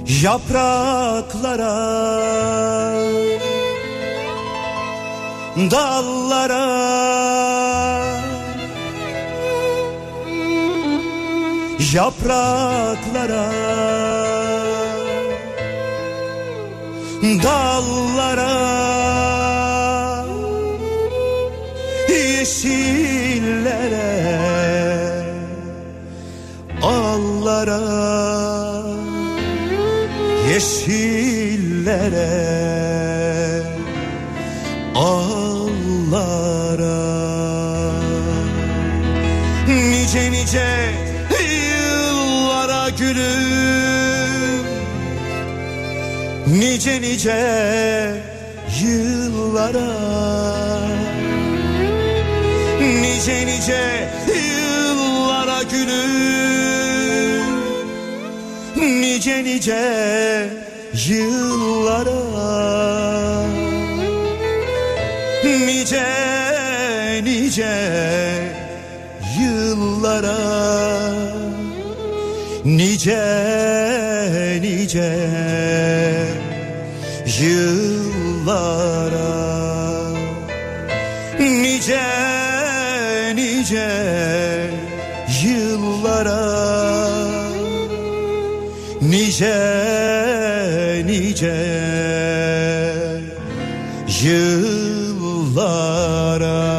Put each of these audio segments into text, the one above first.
Yapraklara, dallara, yapraklara, dallara, yeşillere, allara, yeşillere, allara. Nice nice yıllara gülüm, nice nice yıllara, nice nice yıllara gülüm, nice nice yıllara, nice nice yıllara, nice nice yıllara, nice nice yıllara, nice nice yıllara.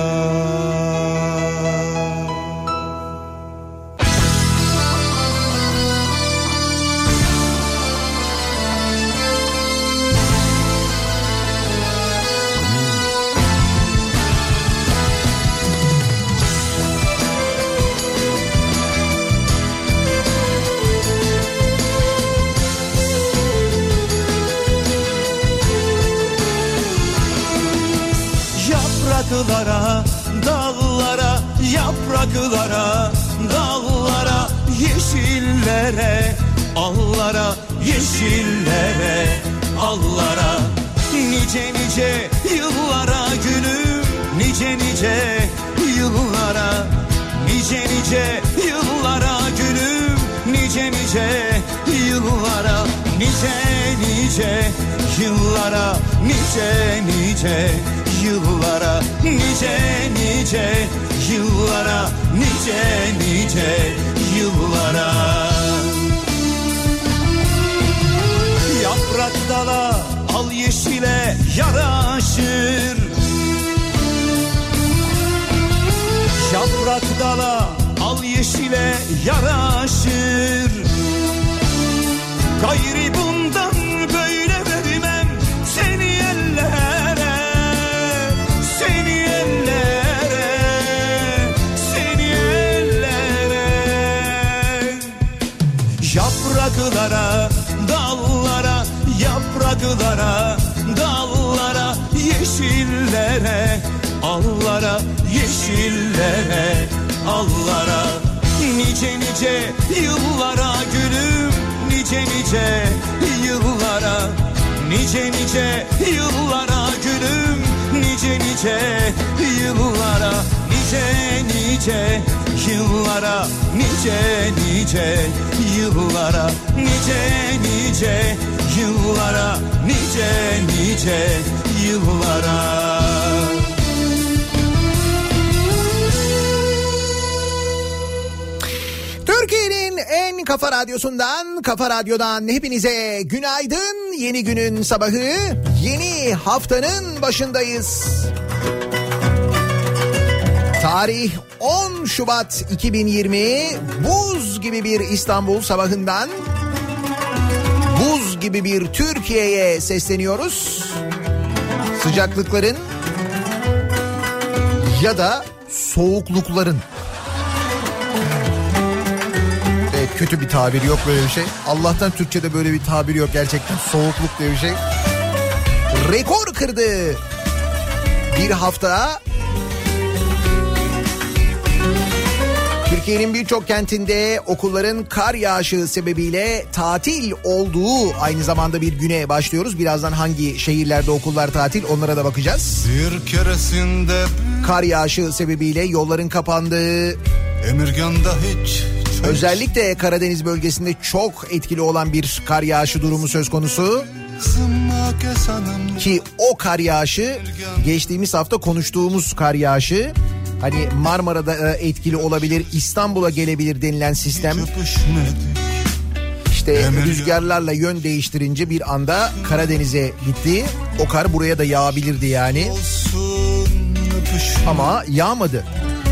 Yapraklara, dallara, yapraklara, dallara, yeşillere, allara, yeşillere, allara. Nice nice yıllara gülüm, nice nice yıllara, nice nice yıllara gülüm, nice nice yıllara, nice nice yıllara, nice nice yıllara, nice nice yıllara, nice nice yıllara. Yaprak dala, al yeşile yaraşır. Yaprak dala, al yeşile yaraşır. Gayri bundan böyle vermem seni ellere, seni ellere, seni ellere. Yapraklara, dallara, yapraklara, dallara, yeşillere, allara, yeşillere, allara. Nice nice yıllara gülüm, nice nice yıllara, nice nice yıllara gülüm, nice nice yıllara, nice nice yıllara, nice nice yıllara, nice nice yıllara, nice nice yıllara. Türkiye'nin en kafa radyosundan, Kafa Radyo'dan hepinize günaydın. Yeni günün sabahı, yeni haftanın başındayız. Tarih 10 Şubat 2020, buz gibi bir İstanbul sabahından, buz gibi bir Türkiye'ye sesleniyoruz. Sıcaklıkların ya da soğuklukların, kötü bir tabir yok böyle bir şey. Allah'tan Türkçe'de böyle bir tabir yok gerçekten. Soğukluk diye bir şey. Rekor kırdı. Bir hafta. Türkiye'nin birçok kentinde okulların kar yağışı sebebiyle tatil olduğu aynı zamanda bir güne başlıyoruz. Birazdan hangi şehirlerde okullar tatil onlara da bakacağız. Bir keresinde kar yağışı sebebiyle yolların kapandığı, Emirgan'da hiç Özellikle Karadeniz bölgesinde çok etkili olan bir kar yağışı durumu söz konusu. Ki o kar yağışı geçtiğimiz hafta konuştuğumuz kar yağışı, hani Marmara'da etkili olabilir, İstanbul'a gelebilir denilen sistem. İşte rüzgarlarla yön değiştirince bir anda Karadeniz'e gitti. O kar buraya da yağabilirdi yani. Ama yağmadı.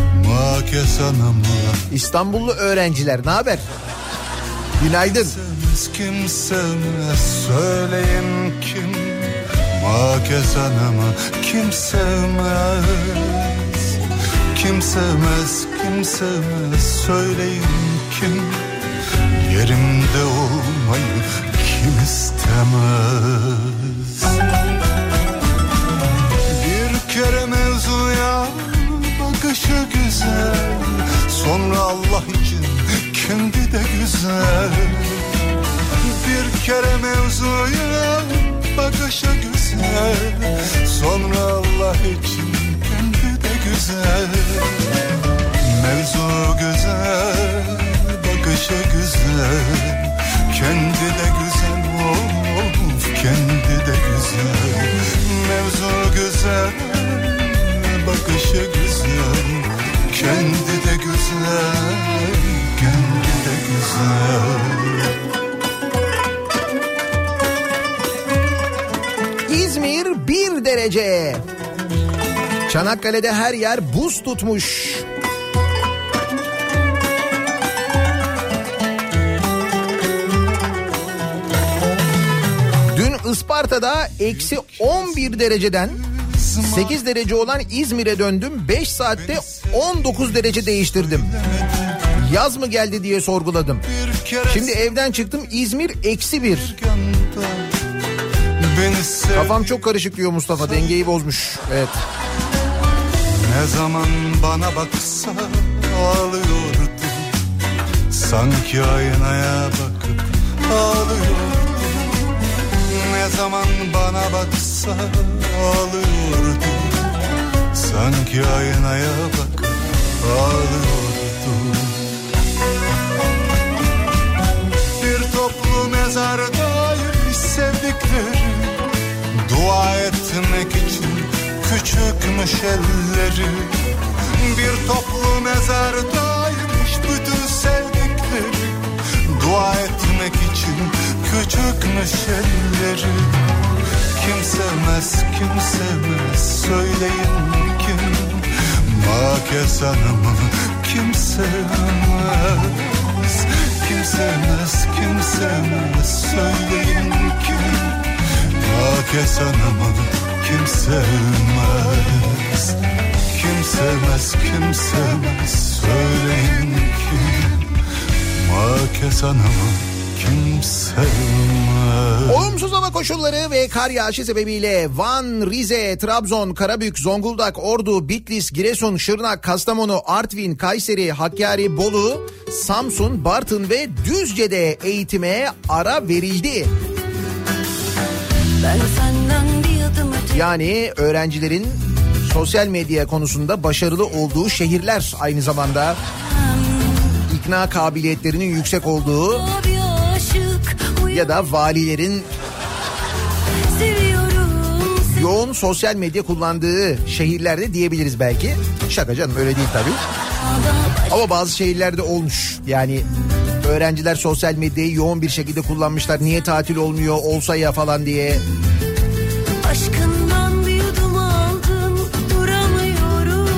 İstanbullu öğrenciler ne haber? Günaydın. Kim sevmez söyleyin kim? Makezanama kim sevmez? Kim sevmez, kim sevmez söyleyin kim? Yerimde olmayı kim istemez? Bir kere mevzuya bakışı güzel, sonra Allah için kendi de güzel. Bir kere mevzuya bakışı güzel, sonra Allah için kendi de güzel. Mevzu güzel, bakışı güzel, kendi de güzel, of kendi de güzel. Mevzu güzel, bakışı güzel, kendi de güzel, kendi de güzel. İzmir 1 derece. Çanakkale'de her yer buz tutmuş. Dün Isparta'da eksi 11 dereceden 8 derece olan İzmir'e döndüm. 5 saatte 19 derece değiştirdim. Yaz mı geldi diye sorguladım. Şimdi evden çıktım, İzmir eksi 1. Kafam çok karışık diyor Mustafa, dengeyi bozmuş. Evet. Ne zaman bana baksa ağlıyordu, sanki aynaya bakıp ağlıyordu. Ne zaman bana baksa ağlıyordu, sanki aynaya bakıp ağlıyordu. Bir toplu mezardaymış sevdikleri, dua etmek için küçükmüş elleri. Bir toplu mezardaymış bütün sevdikleri, dua etmek için küçükmüş elleri. Kim sevmez, kim sevmez söyleyin kim? Makezanımı kim sevmez? Kim sevmez, kim sevmez söyleyin kim? Makezanımı kim sevmez? Kim sevmez, kim sevmez söyleyin kim? Makezanımı kim sevmez? Olumsuz hava koşulları ve kar yağışı sebebiyle Van, Rize, Trabzon, Karabük, Zonguldak, Ordu, Bitlis, Giresun, Şırnak, Kastamonu, Artvin, Kayseri, Hakkari, Bolu, Samsun, Bartın ve Düzce'de eğitime ara verildi. Yani öğrencilerin sosyal medya konusunda başarılı olduğu şehirler, aynı zamanda ikna kabiliyetlerinin yüksek olduğu ya da valilerin yoğun sosyal medya kullandığı şehirlerde diyebiliriz belki. Şaka canım, öyle değil tabii. Ama bazı şehirlerde olmuş. Yani öğrenciler sosyal medyayı yoğun bir şekilde kullanmışlar. Niye tatil olmuyor, olsa ya falan diye. Aşkından bir yudum aldım, duramıyorum.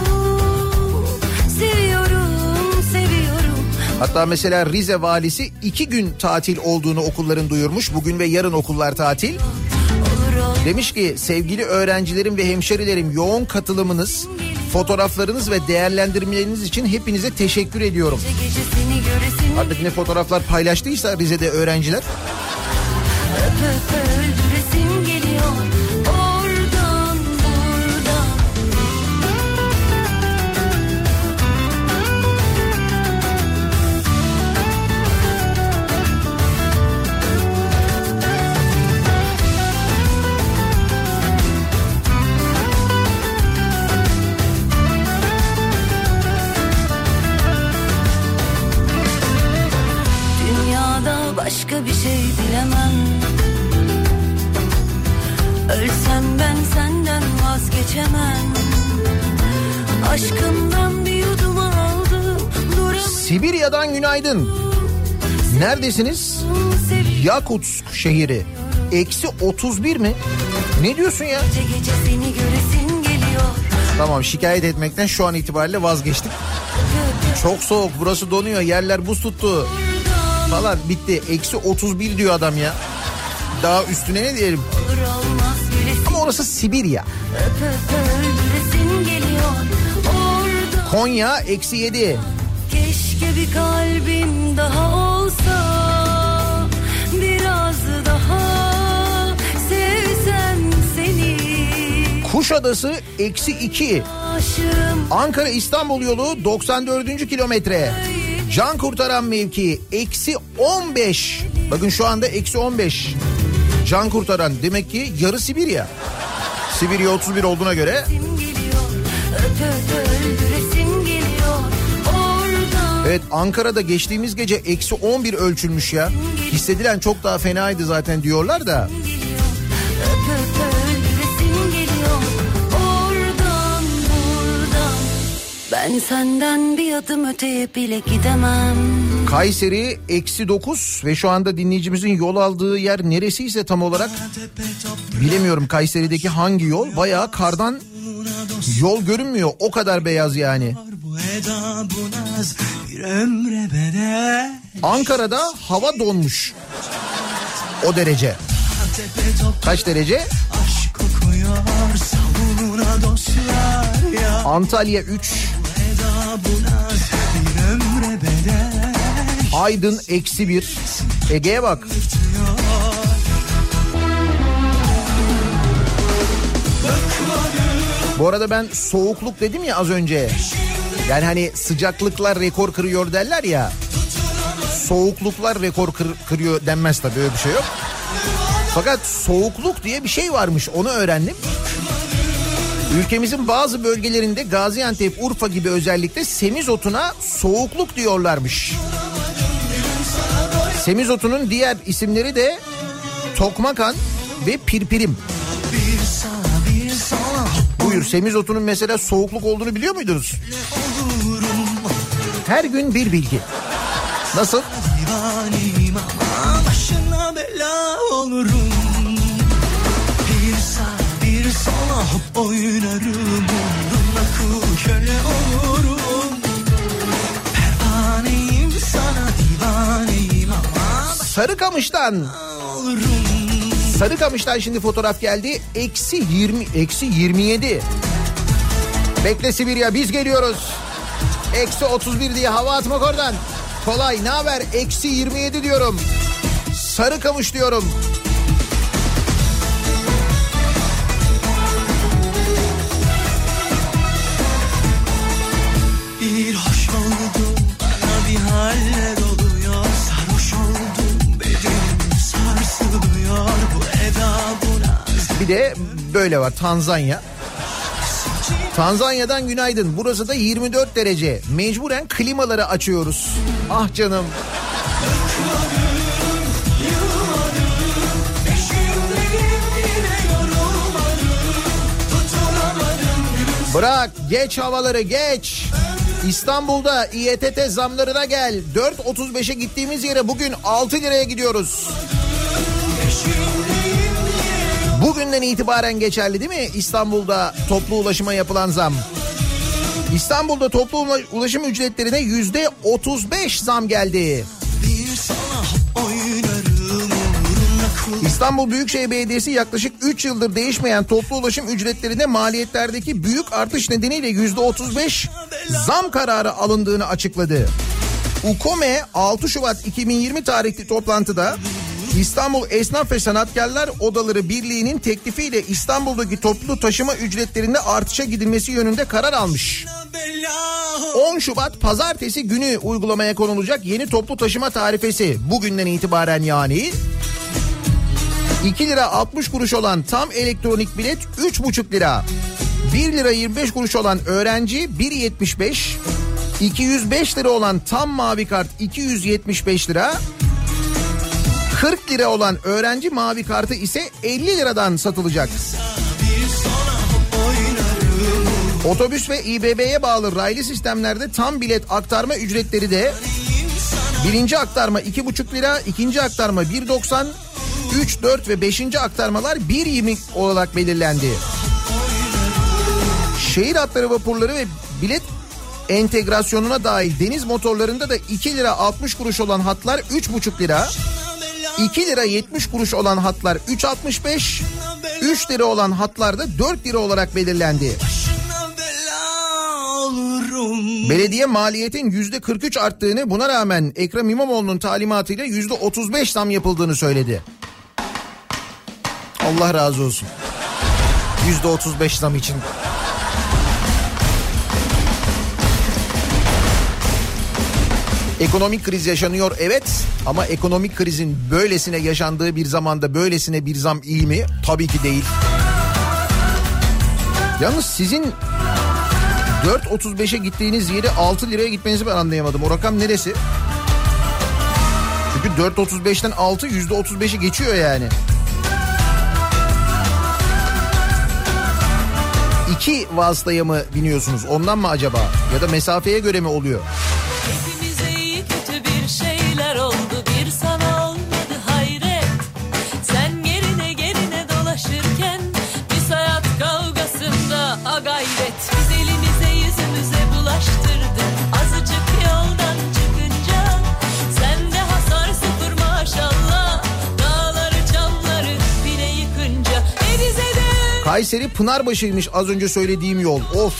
Seviyorum, seviyorum. Hatta mesela Rize valisi 2 gün tatil olduğunu okulların duyurmuş. Bugün ve yarın okullar tatil. Demiş ki sevgili öğrencilerim ve hemşerilerim, yoğun katılımınız, fotoğraflarınız ve değerlendirmeleriniz için hepinize teşekkür ediyorum. Artık ne fotoğraflar paylaştıysa Rize'de öğrenciler. Öldüresim geliyor oradan buradan. bilemem. Ölsem ben senden vazgeçemem. Aşkından bir yudum aldım. Sibirya'dan günaydın. Neredesiniz? Yakutsk şehri. Eksi 31 mi? Ne diyorsun ya? Gece gece seni göresin geliyor. Tamam, şikayet etmekten şu an itibariyle vazgeçtim. Çok soğuk, burası donuyor, yerler buz tuttu falan, bitti. Eksi 31 diyor adam ya. Daha üstüne ne diyelim? Ama orası Sibirya. Konya eksi 7. Keşke bir kalbim daha olsa, biraz daha sevsem seni. Kuşadası eksi 2. Ankara İstanbul yolu 94. kilometre. Can kurtaran mevki eksi 15. Bakın şu anda eksi 15. Can kurtaran demek ki yarı Sibirya. Sibirya 31 olduğuna göre. Evet, Ankara'da geçtiğimiz gece eksi 11 ölçülmüş ya. Hissedilen çok daha fenaydı zaten diyorlar da. Ben senden bir adım öteye bile gidemem. Kayseri eksi 9 ve şu anda dinleyicimizin yol aldığı yer neresiyse tam olarak bilemiyorum. Kayseri'deki hangi yol? Bayağı kardan yol görünmüyor. O kadar beyaz yani. Ankara'da hava donmuş. O derece. Kaç derece? Antalya 3. Aydın eksi 1. Ege'ye bak. Bu arada ben soğukluk dedim ya az önce. Yani hani sıcaklıklar rekor kırıyor derler ya. Soğukluklar rekor kırıyor denmez tabii, öyle bir şey yok. Fakat soğukluk diye bir şey varmış, onu öğrendim. Ülkemizin bazı bölgelerinde Gaziantep, Urfa gibi özellikle semizotuna soğukluk diyorlarmış. Semizotunun diğer isimleri de tokmakan ve pirpirim. Buyur, semizotunun mesela soğukluk olduğunu biliyor muydunuz? Her gün bir bilgi. Nasıl? Başına bela olurum. Bir sağ bir sola hop oynarım. Umrumda kul köle olurum. Pervaneyim sana, divaneyim ama. Sarıkamış'tan. Sarıkamış'tan şimdi fotoğraf geldi. Eksi 20, eksi 27. Bekle Sibirya, biz geliyoruz. Eksi 31 diye hava atmak oradan. Kolay, ne haber? Eksi 27 diyorum. Sarıkamış diyorum. Bir hoş oldum, bana bir haller oluyor. Sarhoş oldum, bedenim sarsılıyor. Bu eda bu naz. Bir de böyle var, Tanzanya. Tanzanya'dan günaydın. Burası da 24 derece. Mecburen klimaları açıyoruz. Ah canım. Bırak, geç havaları, geç. İstanbul'da İETT zamlarına gel. 4.35'e gittiğimiz yere bugün 6 liraya gidiyoruz. Bugünden itibaren geçerli değil mi İstanbul'da toplu ulaşıma yapılan zam? İstanbul'da toplu ulaşım ücretlerine %35 zam geldi. İstanbul Büyükşehir Belediyesi yaklaşık 3 yıldır değişmeyen toplu ulaşım ücretlerine maliyetlerdeki büyük artış nedeniyle %35 zam kararı alındığını açıkladı. UKOME 6 Şubat 2020 tarihli toplantıda İstanbul Esnaf ve Sanatkarlar Odaları Birliği'nin teklifiyle İstanbul'daki toplu taşıma ücretlerinde artışa gidilmesi yönünde karar almış. 10 Şubat pazartesi günü uygulamaya konulacak yeni toplu taşıma tarifesi bugünden itibaren yani 2 lira 60 kuruş olan tam elektronik bilet 3,5 lira. 1 lira 25 kuruş olan öğrenci 1,75. 205 lira olan tam mavi kart 275 lira. 40 lira olan öğrenci mavi kartı ise 50 liradan satılacak. Otobüs ve İBB'ye bağlı raylı sistemlerde tam bilet aktarma ücretleri de birinci aktarma 2,5 lira, ikinci aktarma 1,90, 3, 4 ve 5. aktarmalar 1,20 olarak belirlendi. Şehir hatları vapurları ve bilet entegrasyonuna dahil deniz motorlarında da 2 lira 60 kuruş olan hatlar 3,5 lira, 2 lira 70 kuruş olan hatlar 3,65, 3 lira olan hatlar da 4 lira olarak belirlendi. Belediye maliyetin %43 arttığını, buna rağmen Ekrem İmamoğlu'nun talimatıyla %35 zam yapıldığını söyledi. Allah razı olsun. %35 zam için. Ekonomik kriz yaşanıyor evet, ama ekonomik krizin böylesine yaşandığı bir zamanda böylesine bir zam iyi mi? Tabii ki değil. Yalnız sizin 4.35'e gittiğiniz yeri 6 liraya gitmenizi ben anlayamadım. O rakam neresi? Çünkü 4.35'ten 6 %35'i geçiyor yani. 2 vasıtaya mı biniyorsunuz? Ondan mı acaba? Ya da mesafeye göre mi oluyor? Hepimize iyi kötü bir şeyler oldu, bir sana olmadı hayret. Sen gerine dolaşırken biz hayat kavgasında a gayret. Biz elimize yüzümüze bulaştırdık azıcık yoldan çıkınca. Sende hasar sıfır maşallah, dağları camları bile yıkınca. Rize'de Kayseri Pınarbaşı'ymış az önce söylediğim yol. Of.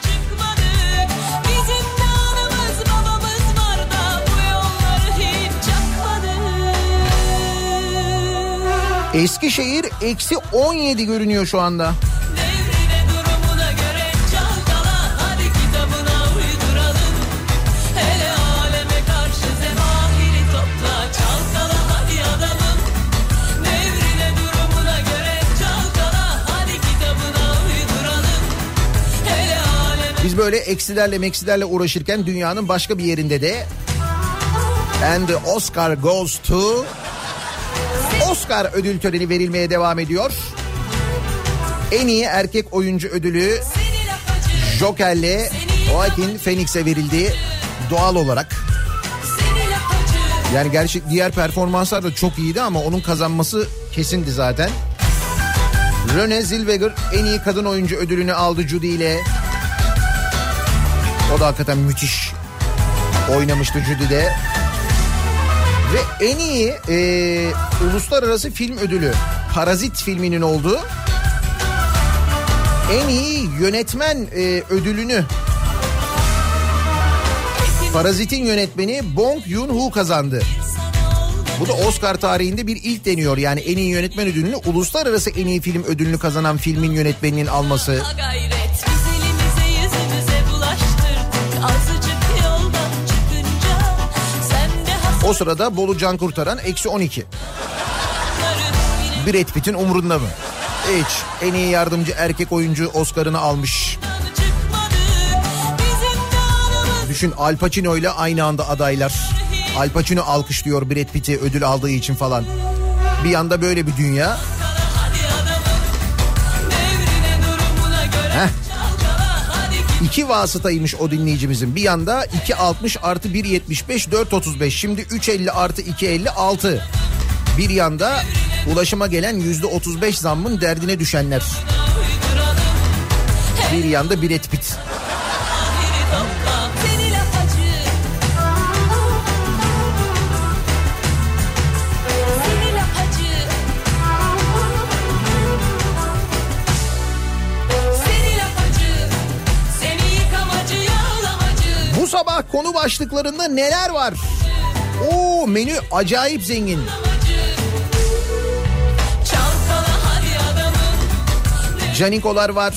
Eskişehir eksi 17 görünüyor şu anda. Biz böyle eksilerle meksilerle uğraşırken dünyanın başka bir yerinde de and the Oscar goes to... Oscar ödül töreni verilmeye devam ediyor. En iyi erkek oyuncu ödülü Joker'le Joaquin Phoenix'e verildi doğal olarak. Yani gerçi diğer performanslar da çok iyiydi ama onun kazanması kesindi zaten. Renée Zellweger en iyi kadın oyuncu ödülünü aldı Judy ile. O da hakikaten müthiş oynamıştı Judy de. Ve en iyi uluslararası film ödülü Parazit filminin olduğu, en iyi yönetmen ödülünü Parazit'in yönetmeni Bong Joon-ho kazandı. Bu da Oscar tarihinde bir ilk deniyor. Yani en iyi yönetmen ödülünü uluslararası en iyi film ödülünü kazanan filmin yönetmeninin alması. O sırada Bolu Can Kurtaran eksi 12. Brad Pitt'in umurunda mı? Hiç. En iyi yardımcı erkek oyuncu Oscar'ını almış. Düşün, Al Pacino ile aynı anda adaylar. Al Pacino alkışlıyor Brad Pitt'i ödül aldığı için falan. Bir yanda böyle bir dünya. Heh. 2 vasıtaymış o dinleyicimizin. Bir yanda 2.60 artı 1.75 4.35. Şimdi 3.50 artı 2.50 6. Bir yanda ulaşıma gelen %35 zammın derdine düşenler. Bir yanda Brad Pitt. Bu sabah konu başlıklarında neler var? Oo, menü acayip zengin. Canikolar var.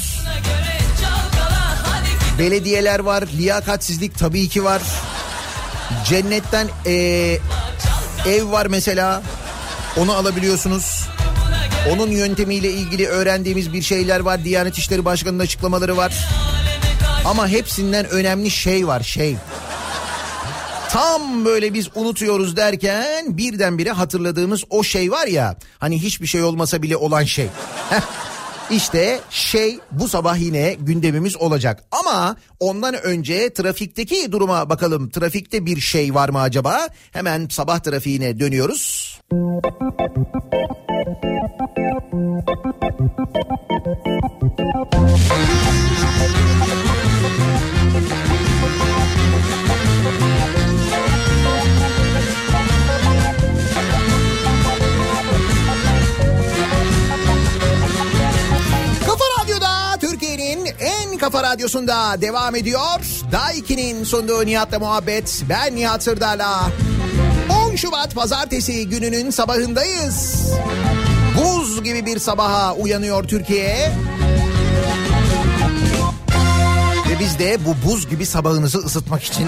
Belediyeler var. Liyakatsizlik tabii ki var. Cennetten ev var mesela. Onu alabiliyorsunuz. Onun yöntemiyle ilgili öğrendiğimiz bir şeyler var. Diyanet İşleri Başkanı'nın açıklamaları var. Ama hepsinden önemli şey var, şey. Tam böyle biz unutuyoruz derken birdenbire hatırladığımız o şey var ya, hani hiçbir şey olmasa bile olan şey. İşte bu sabah yine gündemimiz olacak. Ama ondan önce trafikteki duruma bakalım. Trafikte bir şey var mı acaba? Hemen sabah trafiğine dönüyoruz. Kafa Radyosu'nda devam ediyor. Daiki'nin sunduğu Nihat'la muhabbet. Ben Nihat Sırdar'la. 10 Şubat Pazartesi gününün sabahındayız. Buz gibi bir sabaha uyanıyor Türkiye. Ve biz de bu buz gibi sabahınızı ısıtmak için...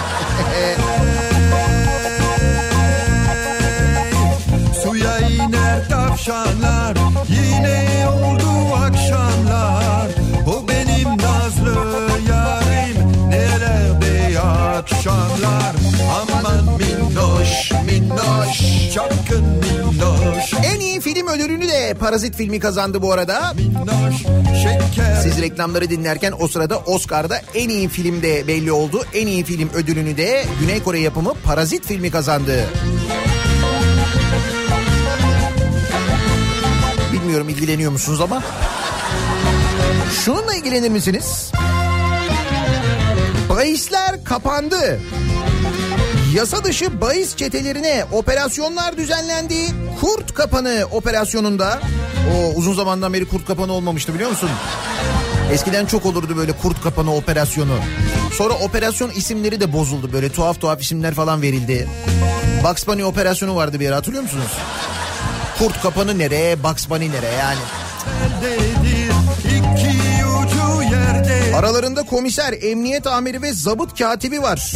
Suya iner tavşanlar, yine oldu akşamlar. O benim nazlı yarim, nerede akşamlar. Aman minnoş minnoş, çapkın minnoş. En iyi film ödülünü de Parazit filmi kazandı bu arada. Minnoş şeker. Siz reklamları dinlerken o sırada Oscar'da en iyi film de belli oldu. En iyi film ödülünü de Güney Kore yapımı Parazit filmi kazandı. Bilmiyorum ilgileniyor musunuz ama. Şununla ilgilenir misiniz? Bahisler kapandı. Yasa dışı bahis çetelerine operasyonlar düzenlendi. Kurt Kapanı operasyonunda, uzun zamandan beri Kurt Kapanı olmamıştı biliyor musun? Eskiden çok olurdu böyle Kurt Kapanı operasyonu. Sonra operasyon isimleri de bozuldu, böyle tuhaf tuhaf isimler falan verildi. Bugs Bunny operasyonu vardı bir ara, hatırlıyor musunuz? Kurt Kapanı nereye, Bugs Bunny nereye yani? Aralarında komiser, emniyet amiri ve zabıt katibi var.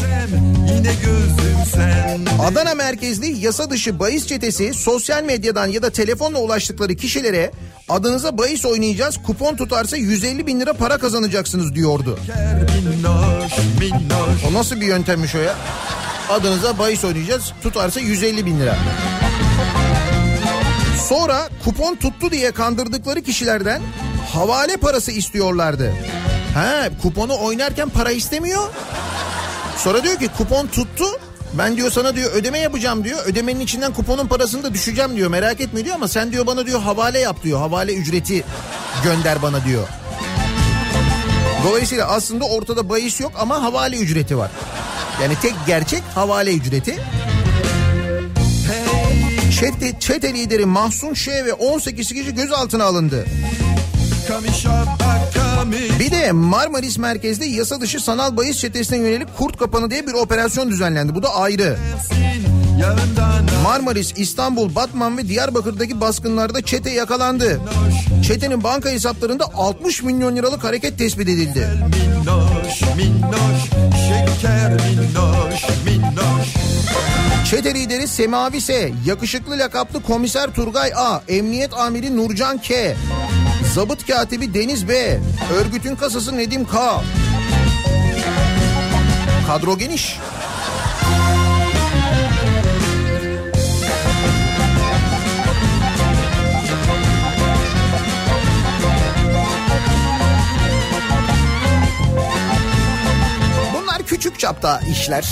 Adana merkezli yasa dışı bahis çetesi sosyal medyadan ya da telefonla ulaştıkları kişilere adınıza bahis oynayacağız, kupon tutarsa 150 bin lira para kazanacaksınız diyordu. O nasıl bir yöntemmiş o ya? Adınıza bahis oynayacağız, tutarsa 150 bin lira. Sonra kupon tuttu diye kandırdıkları kişilerden havale parası istiyorlardı. Kuponu oynarken para istemiyor. Sonra diyor ki kupon tuttu. Ben diyor sana diyor ödeme yapacağım diyor. Ödemenin içinden kuponun parasını da düşeceğim diyor. Merak etme diyor ama sen diyor bana diyor havale yap diyor. Havale ücreti gönder bana diyor. Dolayısıyla aslında ortada bahis yok ama havale ücreti var. Yani tek gerçek havale ücreti. Çete lideri Mahsun Ş ve 18 kişi gözaltına alındı. Bir de Marmaris merkezli yasa dışı sanal bahis çetesine yönelik Kurt Kapanı diye bir operasyon düzenlendi. Bu da ayrı. Marmaris, İstanbul, Batman ve Diyarbakır'daki baskınlarda çete yakalandı. Çetenin banka hesaplarında 60 milyon liralık hareket tespit edildi. Minnoş, minnoş, şeker minnoş, minnoş. Çete lideri Semavi S, yakışıklı lakaplı komiser Turgay A, emniyet amiri Nurcan K, zabıt katibi Deniz B, örgütün kasası Nedim K. Kadro geniş. Bunlar küçük çapta işler.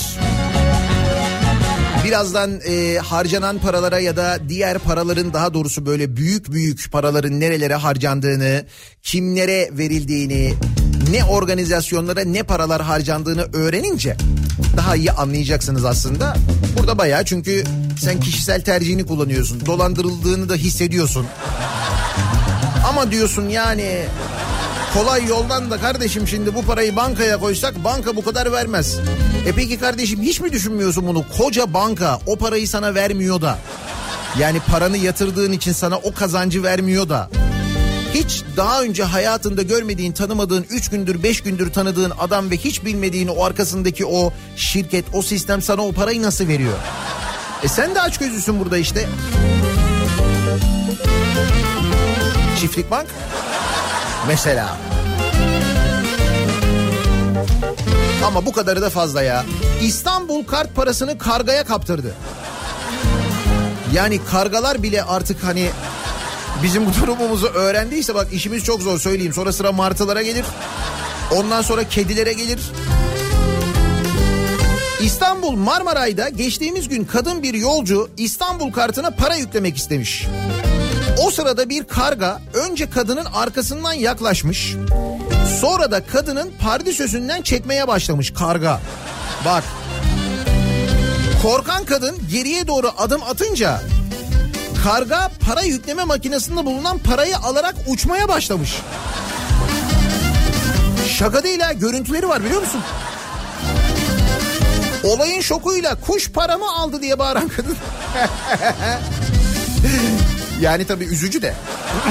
Birazdan harcanan paralara ya da diğer paraların, daha doğrusu böyle büyük büyük paraların nerelere harcandığını, kimlere verildiğini, ne organizasyonlara ne paralar harcandığını öğrenince daha iyi anlayacaksınız aslında. Burada bayağı, çünkü sen kişisel tercihini kullanıyorsun. Dolandırıldığını da hissediyorsun. Ama diyorsun yani kolay yoldan da kardeşim şimdi bu parayı bankaya koysak banka bu kadar vermez. Peki kardeşim hiç mi düşünmüyorsun bunu? Koca banka o parayı sana vermiyor da. Yani paranı yatırdığın için sana o kazancı vermiyor da. Hiç daha önce hayatında görmediğin, tanımadığın, 3 gündür 5 gündür tanıdığın adam ve hiç bilmediğin o arkasındaki o şirket, o sistem sana o parayı nasıl veriyor? Sen de açgözlüsün burada işte. Çiftlik Bank mesela. Ama bu kadarı da fazla ya. İstanbul kart parasını kargaya kaptırdı. Yani kargalar bile artık hani bizim bu durumumuzu öğrendiyse bak işimiz çok zor söyleyeyim. Sonra sıra martılara gelir. Ondan sonra kedilere gelir. İstanbul Marmaray'da geçtiğimiz gün kadın bir yolcu İstanbul kartına para yüklemek istemiş. O sırada bir karga önce kadının arkasından yaklaşmış. Sonra da kadının pardesüsünden çekmeye başlamış karga. Bak. Korkan kadın geriye doğru adım atınca karga para yükleme makinesinde bulunan parayı alarak uçmaya başlamış. Şaka değil ha, görüntüleri var biliyor musun? Olayın şokuyla kuş paramı aldı diye bağıran kadın. Yani tabii üzücü de.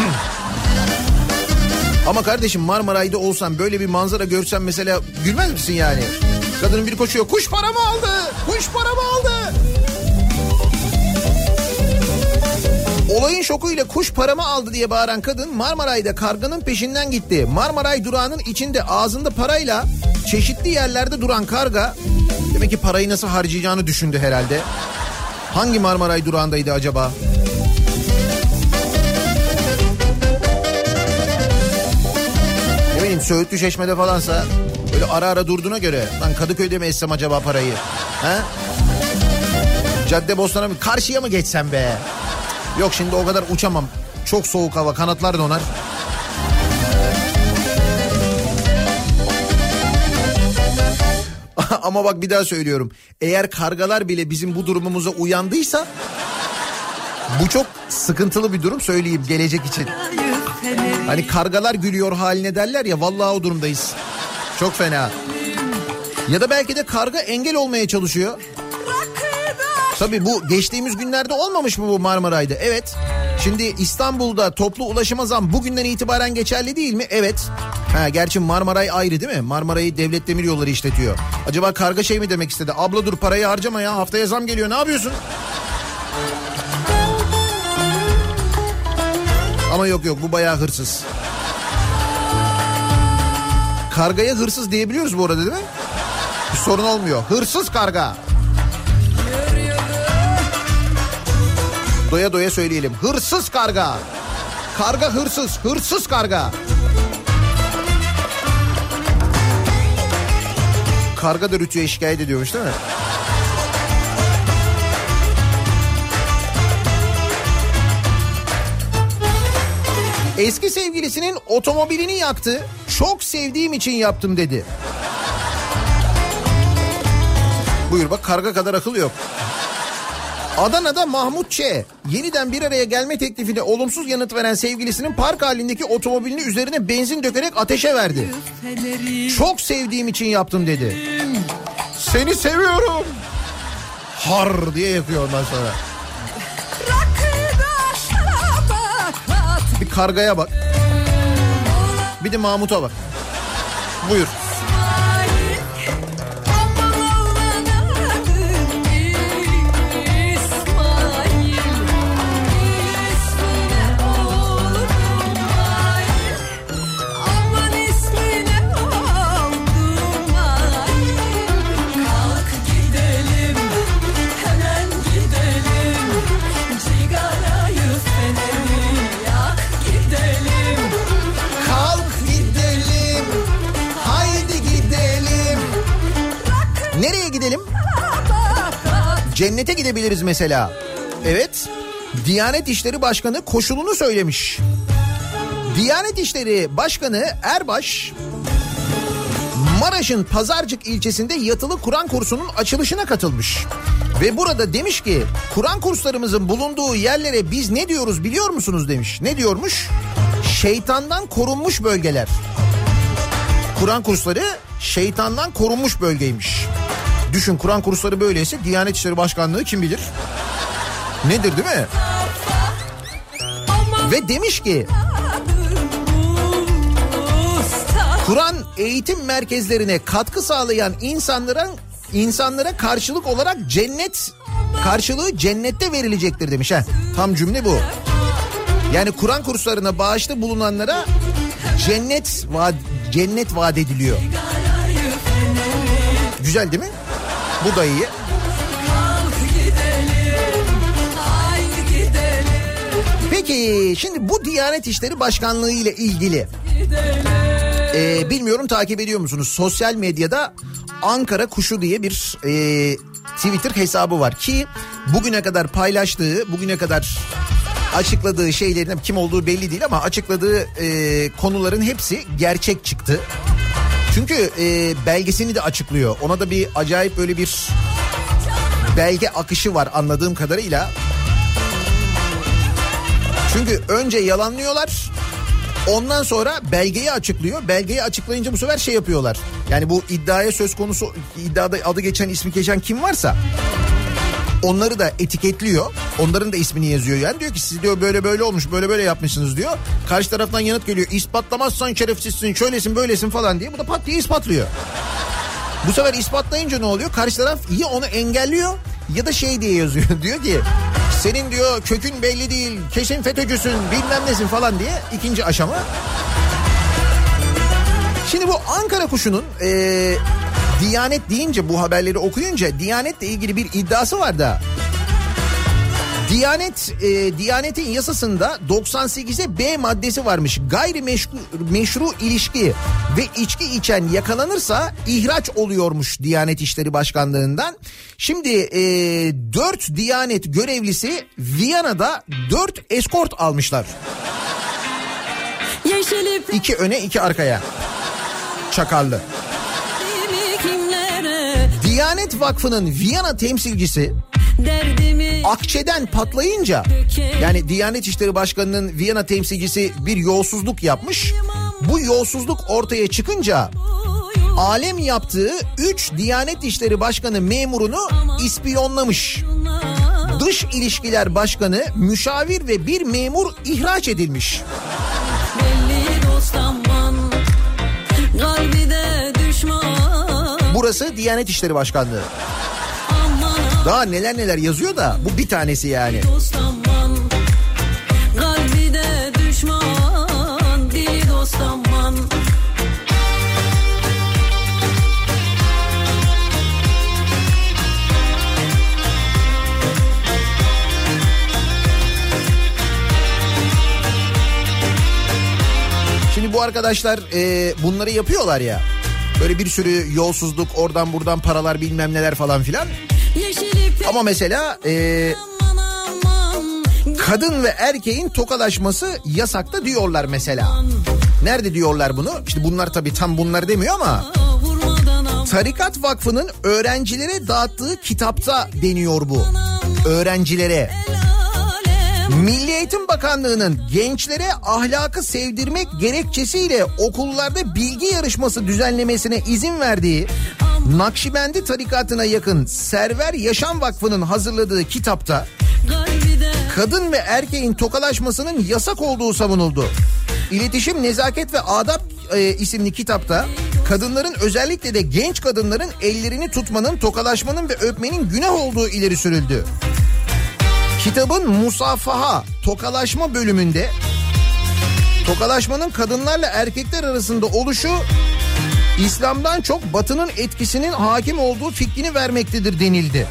Ama kardeşim Marmaray'da olsam böyle bir manzara görsem mesela gülmez misin yani? Kadının biri koşuyor, kuş paramı aldı, kuş paramı aldı. Olayın şokuyla kuş paramı aldı diye bağıran kadın Marmaray'da karganın peşinden gitti. Marmaray durağının içinde ağzında parayla çeşitli yerlerde duran karga demek ki parayı nasıl harcayacağını düşündü herhalde. Hangi Marmaray durağındaydı acaba? Ne bileyim Söğütlü Çeşme'de falansa böyle ara ara durduğuna göre lan Kadıköy'de mi etsem acaba parayı? He? Caddebostan'a mı karşıya mı geçsem be? Yok şimdi o kadar uçamam. Çok soğuk hava, kanatlar donar. Ama bak bir daha söylüyorum. Eğer kargalar bile bizim bu durumumuza uyandıysa bu çok sıkıntılı bir durum söyleyeyim gelecek için. Hani kargalar gülüyor haline derler ya, vallahi o durumdayız. Çok fena. Ya da belki de karga engel olmaya çalışıyor. Tabii bu geçtiğimiz günlerde olmamış mı bu Marmaray'da? Evet. Şimdi İstanbul'da toplu ulaşıma zam bugünden itibaren geçerli değil mi? Evet. Ha, gerçi Marmaray ayrı değil mi? Marmaray'ı Devlet Demiryolları işletiyor. Acaba karga şey mi demek istedi? Abla dur parayı harcama ya, haftaya zam geliyor, ne yapıyorsun? Ama yok bu bayağı hırsız. Kargaya hırsız diyebiliyoruz bu arada değil mi? Bir sorun olmuyor. Hırsız karga. Doya doya söyleyelim. Hırsız karga. Karga hırsız. Hırsız karga. Karga da rütüye şikayet ediyormuş değil mi? Eski sevgilisinin otomobilini yaktı. Çok sevdiğim için yaptım dedi. Buyur bak, karga kadar akıl yok. Adana'da Mahmut Ç. yeniden bir araya gelme teklifine olumsuz yanıt veren sevgilisinin park halindeki otomobilini üzerine benzin dökerek ateşe verdi. Çok sevdiğim için yaptım dedi. Seni seviyorum. Har diye yakıyor ondan sonra. Bir kargaya bak. Bir de Mahmut'a bak. Buyur. Nereye gidelim? Cennete gidebiliriz mesela. Evet. Diyanet İşleri Başkanı koşulunu söylemiş. Diyanet İşleri Başkanı Erbaş, Maraş'ın Pazarcık ilçesinde yatılı Kur'an kursunun açılışına katılmış. Ve burada demiş ki Kur'an kurslarımızın bulunduğu yerlere biz ne diyoruz biliyor musunuz demiş. Ne diyormuş? Şeytandan korunmuş bölgeler. Kur'an kursları şeytandan korunmuş bölgeymiş. Düşün, Kur'an kursları böyleyse Diyanet İşleri Başkanlığı kim bilir nedir değil mi? Ve demiş ki Kur'an eğitim merkezlerine katkı sağlayan insanlara karşılık olarak karşılığı cennette verilecektir demiş. Tam cümle bu. Yani Kur'an kurslarına bağışta bulunanlara cennet vaat ediliyor. Güzel değil mi? Bu da iyi. Peki şimdi bu Diyanet İşleri Başkanlığı ile ilgili bilmiyorum takip ediyor musunuz? Sosyal medyada Ankara Kuşu diye bir Twitter hesabı var ki bugüne kadar paylaştığı, bugüne kadar açıkladığı şeylerin kim olduğu belli değil ama açıkladığı konuların hepsi gerçek çıktı. Çünkü belgesini de açıklıyor. Ona da bir acayip böyle bir belge akışı var anladığım kadarıyla. Çünkü önce yalanlıyorlar. Ondan sonra belgeyi açıklıyor. Belgeyi açıklayınca bu sefer şey yapıyorlar. Yani bu iddiaya söz konusu, iddiada adı geçen, ismi geçen kim varsa onları da etiketliyor. Onların da ismini yazıyor yani. Diyor ki siz diyor böyle böyle olmuş, böyle böyle yapmışsınız diyor. Karşı taraftan yanıt geliyor. İspatlamazsan şerefsizsin, şöylesin, böylesin falan diye. Bu da pat diye ispatlıyor. Bu sefer ispatlayınca ne oluyor? Karşı taraf ya onu engelliyor ya da şey diye yazıyor. Diyor ki senin diyor kökün belli değil, kesin FETÖ'cüsün, bilmem nesin falan diye ikinci aşama. Şimdi bu Ankara Kuşu'nun Diyanet deyince, bu haberleri okuyunca Diyanet'le ilgili bir iddiası var da. Diyanet'in yasasında 98'e B maddesi varmış. Gayrimeşru ilişki ve içki içen yakalanırsa ihraç oluyormuş Diyanet İşleri Başkanlığı'ndan. Şimdi 4 Diyanet görevlisi Viyana'da 4 eskort almışlar. 2 öne 2 arkaya. Çakarlı. Diyanet Vakfı'nın Viyana temsilcisi akçeden patlayınca, yani Diyanet İşleri Başkanı'nın Viyana temsilcisi bir yolsuzluk yapmış. Bu yolsuzluk ortaya çıkınca alem yaptığı 3 Diyanet İşleri Başkanı memurunu ispiyonlamış. Dış İlişkiler Başkanı, müşavir ve bir memur ihraç edilmiş. Burası Diyanet İşleri Başkanlığı. Daha neler neler yazıyor da bu bir tanesi yani. Şimdi bu arkadaşlar bunları yapıyorlar ya. Böyle bir sürü yolsuzluk, oradan buradan paralar, bilmem neler falan filan. Ama mesela kadın ve erkeğin tokalaşması yasakta diyorlar mesela. Nerede diyorlar bunu? İşte bunlar tabii tam bunlar demiyor ama Tarikat Vakfı'nın öğrencilere dağıttığı kitapta deniyor bu. Öğrencilere. Milli Eğitim Bakanlığı'nın gençlere ahlakı sevdirmek gerekçesiyle okullarda bilgi yarışması düzenlemesine izin verdiği Nakşibendi tarikatına yakın Server Yaşam Vakfı'nın hazırladığı kitapta kadın ve erkeğin tokalaşmasının yasak olduğu savunuldu. İletişim, Nezaket ve Adap isimli kitapta kadınların, özellikle de genç kadınların ellerini tutmanın, tokalaşmanın ve öpmenin günah olduğu ileri sürüldü. Kitabın musafaha, tokalaşma bölümünde tokalaşmanın kadınlarla erkekler arasında oluşu İslam'dan çok Batı'nın etkisinin hakim olduğu fikrini vermektedir denildi.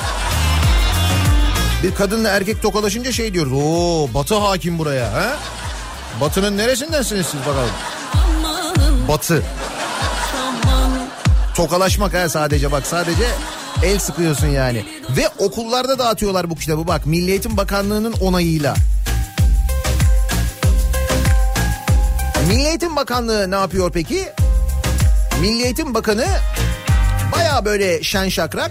Bir kadınla erkek tokalaşınca şey diyoruz. Oo, Batı hakim buraya. He? Batı'nın neresindensiniz siz bakalım? Batı. Tokalaşmak ha sadece, bak sadece el sıkıyorsun yani. Ve okullarda dağıtıyorlar bu kitabı, bak Milli Eğitim Bakanlığı'nın onayıyla. Milli Eğitim Bakanlığı ne yapıyor peki? Milli Eğitim Bakanı baya böyle şen şakrak.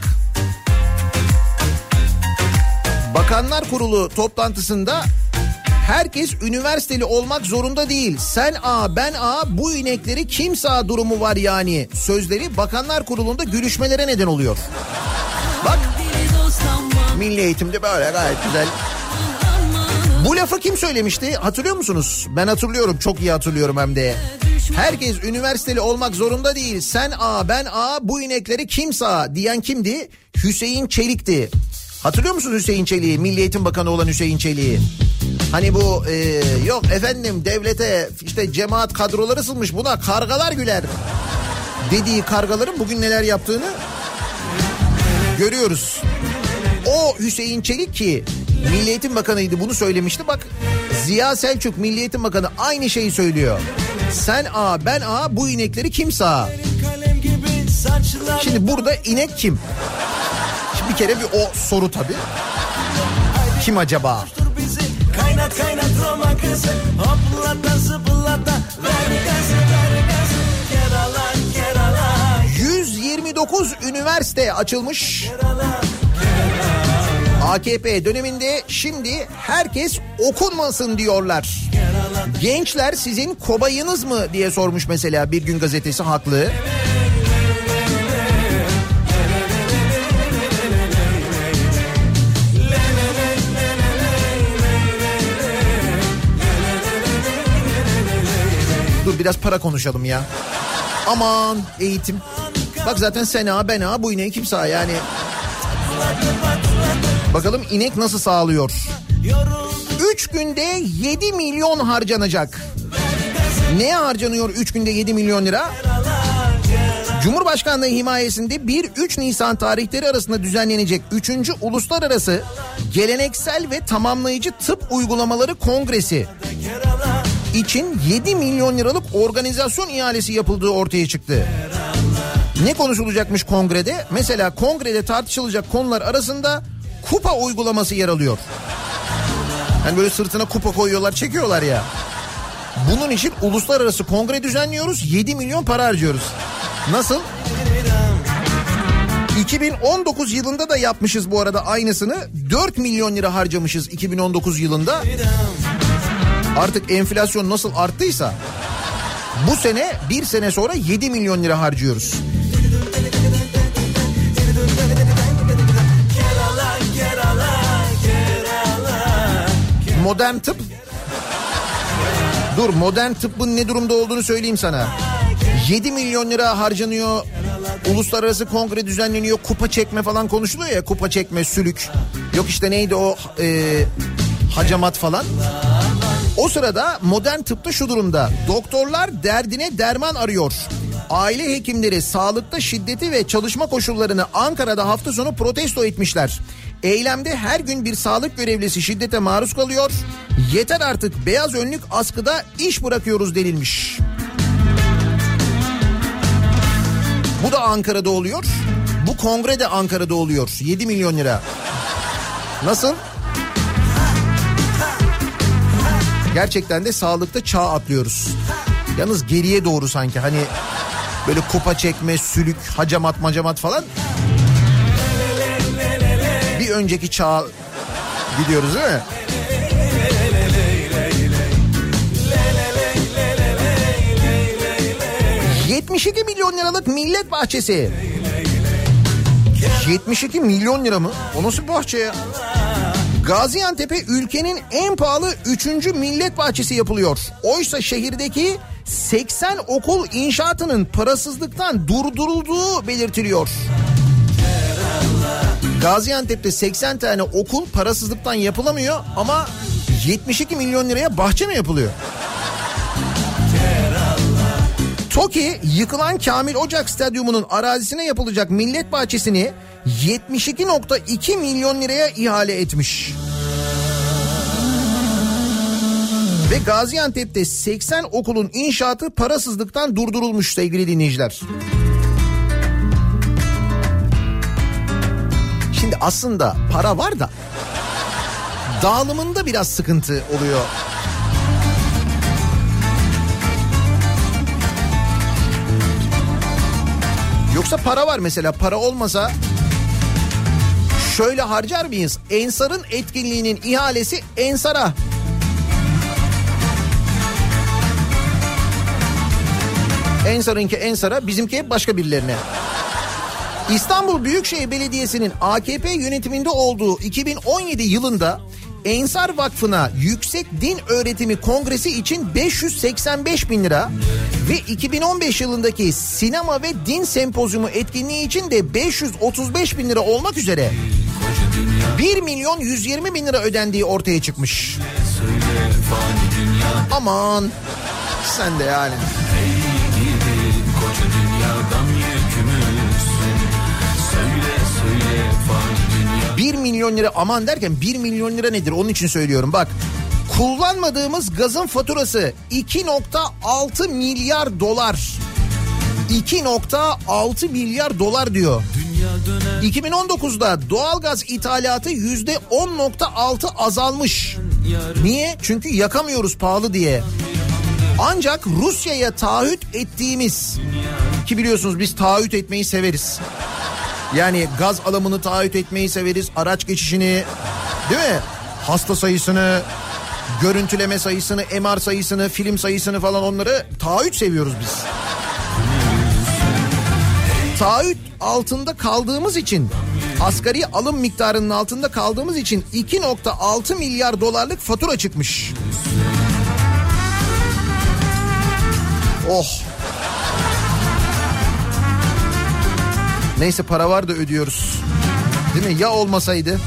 Bakanlar Kurulu toplantısında herkes üniversiteli olmak zorunda değil. Sen A, ben A, bu inekleri kim sağ durumu var yani. Sözleri Bakanlar Kurulu'nda gülüşmelere neden oluyor. Bak, Milli Eğitim'de böyle gayet güzel. Bu lafı kim söylemişti hatırlıyor musunuz? Ben hatırlıyorum, çok iyi hatırlıyorum hem de. Herkes üniversiteli olmak zorunda değil. Sen A, ben A, bu inekleri kim sağ diyen kimdi? Hüseyin Çelik'ti. Hatırlıyor musunuz Hüseyin Çelik'i? Milli Eğitim Bakanı olan Hüseyin Çelik'i. Hani bu yok efendim devlete işte cemaat kadroları sılmış, buna kargalar güler dediği kargaların bugün neler yaptığını Görüyoruz. O Hüseyin Çelik ki Milli Eğitim Bakanı'ydı, bunu söylemişti. Bak Ziya Selçuk Milli Eğitim Bakanı aynı şeyi söylüyor. Sen A ben A, bu inekleri kim sağ? Şimdi burada inek kim? Şimdi bir kere bir o soru tabii. Kim acaba? Kaynat kaynat Roma kızı, hoplata zıplata, ver gazı ver gazı, Kerala Kerala. 129 üniversite açılmış. Kerala. AKP döneminde, şimdi herkes okunmasın diyorlar. Gençler sizin kobayınız mı diye sormuş mesela Bir Gün Gazetesi, haklı. Dur biraz para konuşalım ya. Aman eğitim. Bak zaten sen A ben A, bu ineği kim sağ yani. Bakalım inek nasıl sağlıyor? 3 günde 7 milyon harcanacak. Neye harcanıyor 3 günde 7 milyon lira? Cumhurbaşkanlığı himayesinde 1-3 Nisan tarihleri arasında düzenlenecek 3. Uluslararası Geleneksel ve Tamamlayıcı Tıp Uygulamaları Kongresi için 7 milyon liralık organizasyon ihalesi yapıldığı ortaya çıktı. Ne konuşulacakmış kongrede? Mesela kongrede tartışılacak konular arasında kupa uygulaması yer alıyor. Hani böyle sırtına kupa koyuyorlar, çekiyorlar ya. Bunun için uluslararası kongre düzenliyoruz, 7 milyon para harcıyoruz. Nasıl? 2019 yılında da yapmışız bu arada aynısını. 4 milyon lira harcamışız 2019 yılında. Artık enflasyon nasıl arttıysa bu sene, bir sene sonra 7 milyon lira harcıyoruz. Modern tıp. Dur, modern tıbbın ne durumda olduğunu söyleyeyim sana. 7 milyon lira harcanıyor. Uluslararası kongre düzenleniyor. Kupa çekme falan konuşuluyor ya. Kupa çekme, sülük. Yok işte neydi o hacamat falan. O sırada modern tıpta şu durumda. Doktorlar derdine derman arıyor. Aile hekimleri sağlıkta şiddeti ve çalışma koşullarını Ankara'da hafta sonu protesto etmişler. Eylemde her gün bir sağlık görevlisi şiddete maruz kalıyor. Yeter artık, beyaz önlük askıda iş bırakıyoruz denilmiş. Bu da Ankara'da oluyor. Bu kongre de Ankara'da oluyor. 7 milyon lira. Nasıl? Gerçekten de sağlıkta çağ atlıyoruz. Yalnız geriye doğru sanki, hani böyle kupa çekme, sülük, hacamat macamat falan. Bir önceki çağa gidiyoruz değil mi? ...72 milyon liralık millet bahçesi. 72 milyon lira mı? O nasıl bir bahçe ya? Gaziantep'e ülkenin en pahalı 3. millet bahçesi yapılıyor. Oysa şehirdeki 80 okul inşaatının parasızlıktan durdurulduğu belirtiliyor. Gaziantep'te 80 tane okul parasızlıktan yapılamıyor ama 72 milyon liraya bahçe mi yapılıyor? TOKİ yıkılan Kamil Ocak Stadyumu'nun arazisine yapılacak millet bahçesini 72.2 milyon liraya ihale etmiş. Ve Gaziantep'te 80 okulun inşaatı parasızlıktan durdurulmuş sevgili dinleyiciler. Şimdi aslında para var da dağılımında biraz sıkıntı oluyor. Yoksa para var mesela, para olmasa şöyle harcar mıyız? Ensar'ın etkinliğinin ihalesi Ensar'a. Ensar'ınki Ensar'a, bizimki hep başka birilerine. İstanbul Büyükşehir Belediyesi'nin AKP yönetiminde olduğu 2017 yılında Ensar Vakfı'na Yüksek Din Öğretimi Kongresi için 585 bin lira ve 2015 yılındaki Sinema ve Din Sempozyumu etkinliği için de 535 bin lira olmak üzere 1 milyon 120 bin lira ödendiği ortaya çıkmış. Aman sen de yani. Söyle 1 milyon lira aman derken 1 milyon lira nedir onun için söylüyorum bak. Kullanmadığımız gazın faturası 2.6 milyar dolar. 2.6 milyar dolar diyor. 2019'da doğalgaz ithalatı %10.6 azalmış. Niye? Çünkü yakamıyoruz pahalı diye. Ancak Rusya'ya taahhüt ettiğimiz, ki biliyorsunuz biz taahhüt etmeyi severiz. Yani gaz alımını taahhüt etmeyi severiz, araç geçişini, değil mi? Hasta sayısını, görüntüleme sayısını, MR sayısını, film sayısını falan onları taahhüt seviyoruz biz. Taahhüt altında kaldığımız için, asgari alım miktarının altında kaldığımız için 2.6 milyar dolarlık fatura çıkmış. Oh. Neyse para var da ödüyoruz. Değil mi? Ya olmasaydı?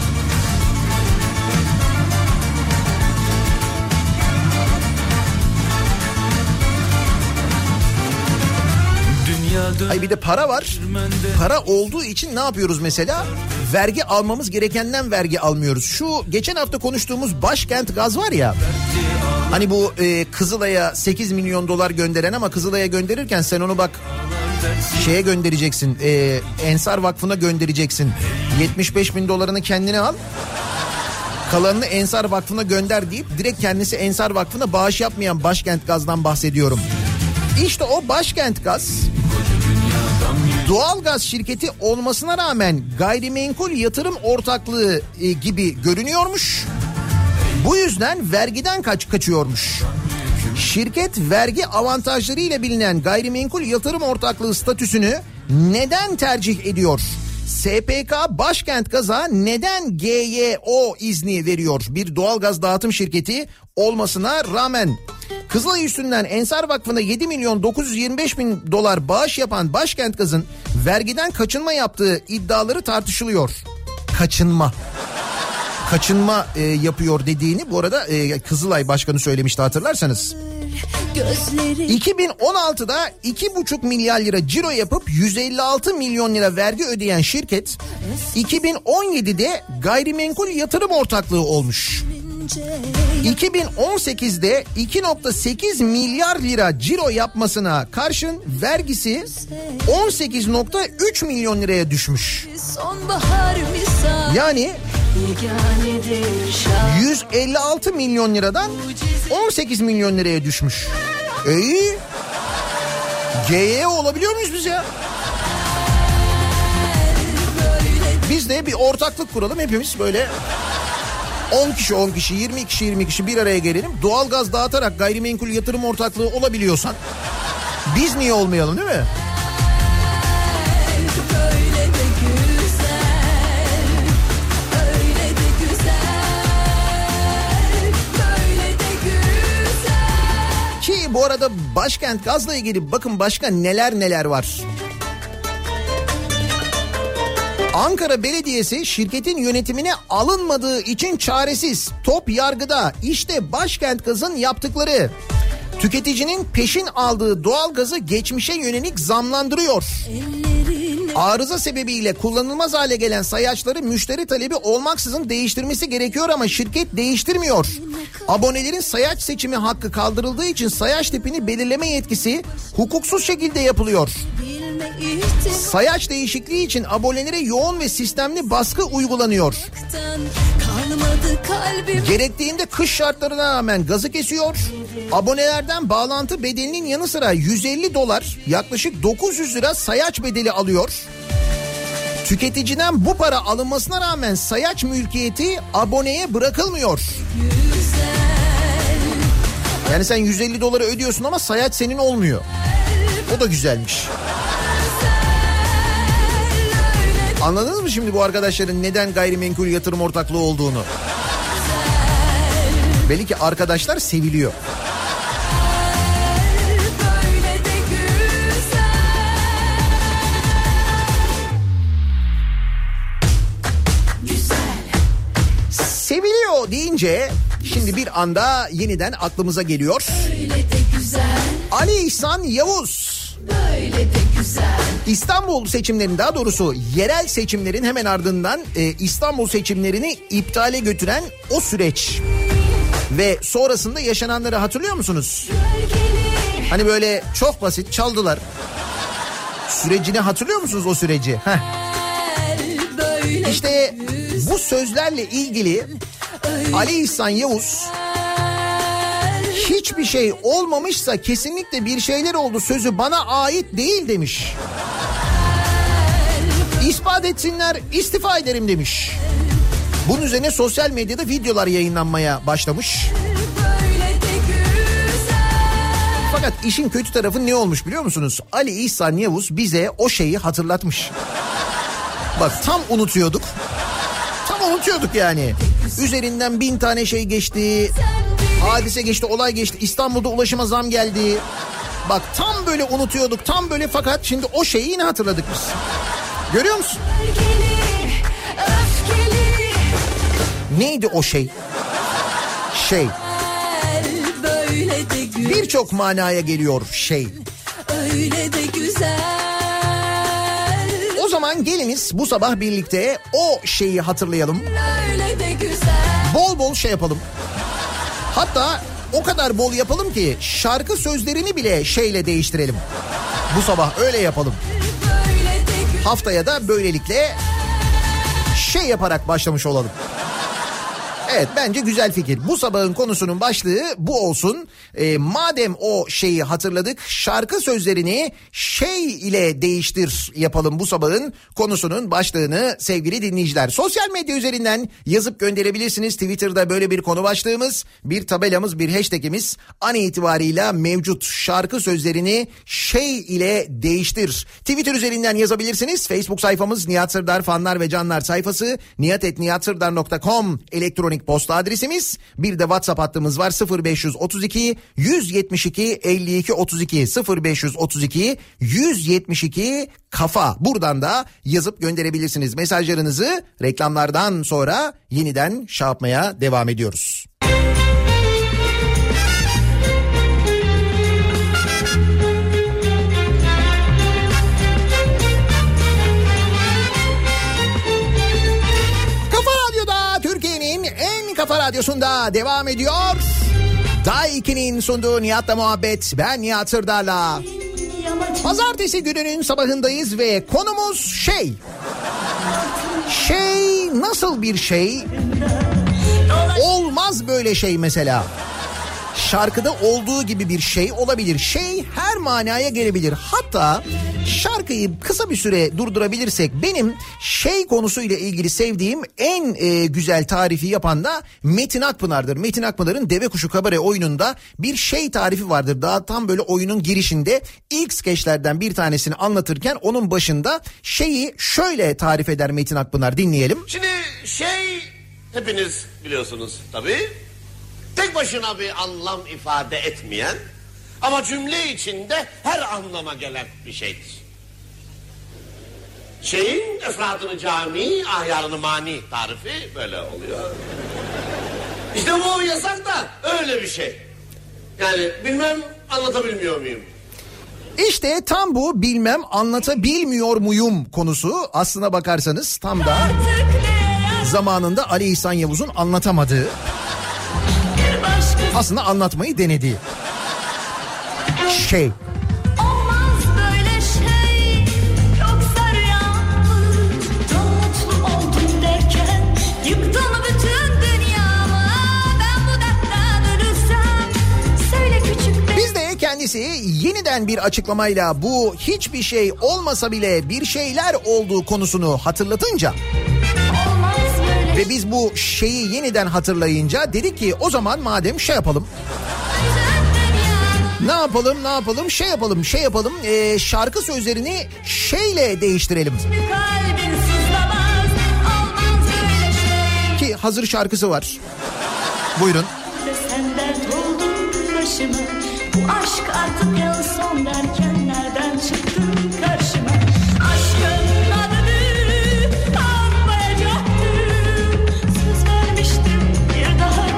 Ay bir de para var. Para olduğu için ne yapıyoruz mesela? Vergi almamız gerekenden vergi almıyoruz. Şu geçen hafta konuştuğumuz Başkent Gaz var ya. Hani bu Kızılay'a 8 milyon dolar gönderen ama Kızılay'a gönderirken sen onu bak şeye göndereceksin. Ensar Vakfı'na göndereceksin. 75 bin dolarını kendine al. Kalanını Ensar Vakfı'na gönder deyip direkt kendisi Ensar Vakfı'na bağış yapmayan Başkent Gaz'dan bahsediyorum. İşte o Başkent Gaz doğalgaz şirketi olmasına rağmen gayrimenkul yatırım ortaklığı gibi görünüyormuş. Bu yüzden vergiden kaçıyormuş. Şirket vergi avantajlarıyla bilinen gayrimenkul yatırım ortaklığı statüsünü neden tercih ediyor? SPK Başkent Gaz'a neden GYO izni veriyor? Bir doğalgaz dağıtım şirketi olmasına rağmen. Kızılay üstünden Ensar Vakfı'na 7 milyon 925 bin dolar bağış yapan Başkent Gaz'ın vergiden kaçınma yaptığı iddiaları tartışılıyor. Kaçınma yapıyor dediğini bu arada Kızılay Başkanı söylemişti hatırlarsanız. 2016'da 2,5 milyar lira ciro yapıp 156 milyon lira vergi ödeyen şirket 2017'de gayrimenkul yatırım ortaklığı olmuş. 2018'de 2.8 milyar lira ciro yapmasına karşın vergisi 18.3 milyon liraya düşmüş. Yani 156 milyon liradan 18 milyon liraya düşmüş. İyi. GYO olabiliyor muyuz biz ya? Biz de bir ortaklık kuralım hepimiz böyle 10 kişi 20 kişi bir araya gelelim. Doğalgaz dağıtarak gayrimenkul yatırım ortaklığı olabiliyorsan biz niye olmayalım, değil mi? Ki bu arada Başkent Gaz'la ilgili bakın başka neler var. Ankara Belediyesi şirketin yönetimine alınmadığı için çaresiz. Top yargıda. İşte Başkent Gaz'ın yaptıkları. Tüketicinin peşin aldığı doğalgazı geçmişe yönelik zamlandırıyor. Arıza sebebiyle kullanılmaz hale gelen sayaçları müşteri talebi olmaksızın değiştirmesi gerekiyor ama şirket değiştirmiyor. Abonelerin sayaç seçimi hakkı kaldırıldığı için sayaç tipini belirleme yetkisi hukuksuz şekilde yapılıyor. Sayaç değişikliği için abonelere yoğun ve sistemli baskı uygulanıyor. Gerektiğinde kış şartlarına rağmen gazı kesiyor. Abonelerden bağlantı bedelinin yanı sıra 150 dolar yaklaşık 900 lira sayaç bedeli alıyor. Tüketiciden bu para alınmasına rağmen sayaç mülkiyeti aboneye bırakılmıyor. Yani sen 150 doları ödüyorsun ama sayaç senin olmuyor. O da güzelmiş. Anladınız mı şimdi bu arkadaşların neden gayrimenkul yatırım ortaklığı olduğunu? Belli ki arkadaşlar seviliyor. Seviliyor deyince şimdi bir anda yeniden aklımıza geliyor. Ali İhsan Yavuz İstanbul seçimlerinin, daha doğrusu yerel seçimlerin hemen ardından İstanbul seçimlerini iptale götüren o süreç ve sonrasında yaşananları hatırlıyor musunuz? Hani böyle çok basit çaldılar. Sürecini hatırlıyor musunuz, o süreci? Heh. İşte bu sözlerle ilgili Ali İhsan Yavuz, hiçbir şey olmamışsa kesinlikle bir şeyler oldu sözü bana ait değil demiş. İspat etsinler, istifa ederim demiş. Bunun üzerine sosyal medyada videolar yayınlanmaya başlamış. Fakat işin kötü tarafı ne olmuş biliyor musunuz? Ali İhsan Yavuz bize o şeyi hatırlatmış. Bak tam unutuyorduk. Tam unutuyorduk yani. Üzerinden 1000 tane şey geçti. Hadise geçti, olay geçti. İstanbul'da ulaşıma zam geldi. Bak tam böyle unutuyorduk. Tam böyle, fakat şimdi o şeyi yine hatırladık biz. Görüyor musun? Neydi o şey? Şey. Birçok manaya geliyor şey. Öyle de güzel. O zaman geliniz bu sabah birlikte o şeyi hatırlayalım. Öyle de güzel. Bol bol şey yapalım. Hatta o kadar bol yapalım ki şarkı sözlerini bile şeyle değiştirelim. Bu sabah öyle yapalım. Haftaya da böylelikle şey yaparak başlamış olalım. Evet, bence güzel fikir. Bu sabahın konusunun başlığı bu olsun. Madem o şeyi hatırladık, şarkı sözlerini şey ile değiştir yapalım bu sabahın konusunun başlığını sevgili dinleyiciler. Sosyal medya üzerinden yazıp gönderebilirsiniz. Twitter'da böyle bir konu başlığımız, bir tabelamız, bir hashtagimiz an itibarıyla mevcut. Şarkı sözlerini şey ile değiştir. Twitter üzerinden yazabilirsiniz. Facebook sayfamız Nihat Sırdar fanlar ve canlar sayfası, nihat@nihatsırdar.com elektronik posta adresimiz. Bir de WhatsApp hattımız var, 0532 172 52 32 0532 172 kafa. Buradan da yazıp gönderebilirsiniz mesajlarınızı. Reklamlardan sonra yeniden şey yapmaya devam ediyoruz. Kafa Radyosu'nda devam ediyor. Day 2'nin sunduğu Nihat'la muhabbet. Ben Nihat Sırdar'la. Pazartesi gününün sabahındayız ve konumuz şey. Şey nasıl bir şey? Olmaz böyle şey mesela. Şarkıda olduğu gibi bir şey olabilir. Şey her manaya gelebilir. Hatta şarkıyı kısa bir süre durdurabilirsek, benim şey konusuyla ilgili sevdiğim en güzel tarifi yapan da Metin Akpınar'dır. Metin Akpınar'ın Deve Kuşu Kabare oyununda bir şey tarifi vardır. Daha tam böyle oyunun girişinde ilk skeçlerden bir tanesini anlatırken onun başında şeyi şöyle tarif eder Metin Akpınar. Dinleyelim. Şimdi şey hepiniz biliyorsunuz tabii. Tek başına bir anlam ifade etmeyen ama cümle içinde her anlama gelen bir şeydir. Şeyin efradını cami, ahyarını mani tarifi böyle oluyor. İşte bu yasak da öyle bir şey. Yani bilmem anlatabilmiyor muyum? İşte tam bu bilmem anlatabilmiyor muyum konusu aslına bakarsanız tam da zamanında Ali İhsan Yavuz'un anlatamadığı, aslında anlatmayı denediği şey. Olmaz böyle şey, yoksa rüya mı? Çok mutlu oldum derken yıktın bütün dünyamı. Ben bu dertten ölürsem söyle küçük bey. Biz de kendisi yeniden bir açıklamayla bu hiçbir şey olmasa bile bir şeyler olduğu konusunu hatırlatınca ve biz bu şeyi yeniden hatırlayınca dedik ki o zaman madem şey yapalım. Ne yapalım şey yapalım şarkı sözlerini şeyle değiştirelim. Ki hazır şarkısı var. Buyurun. Sen dert oldun başıma, bu aşk artık yıl son derken nereden çıktın karşıma? Aşkın adını anmayacaktım, söz vermiştim bir daha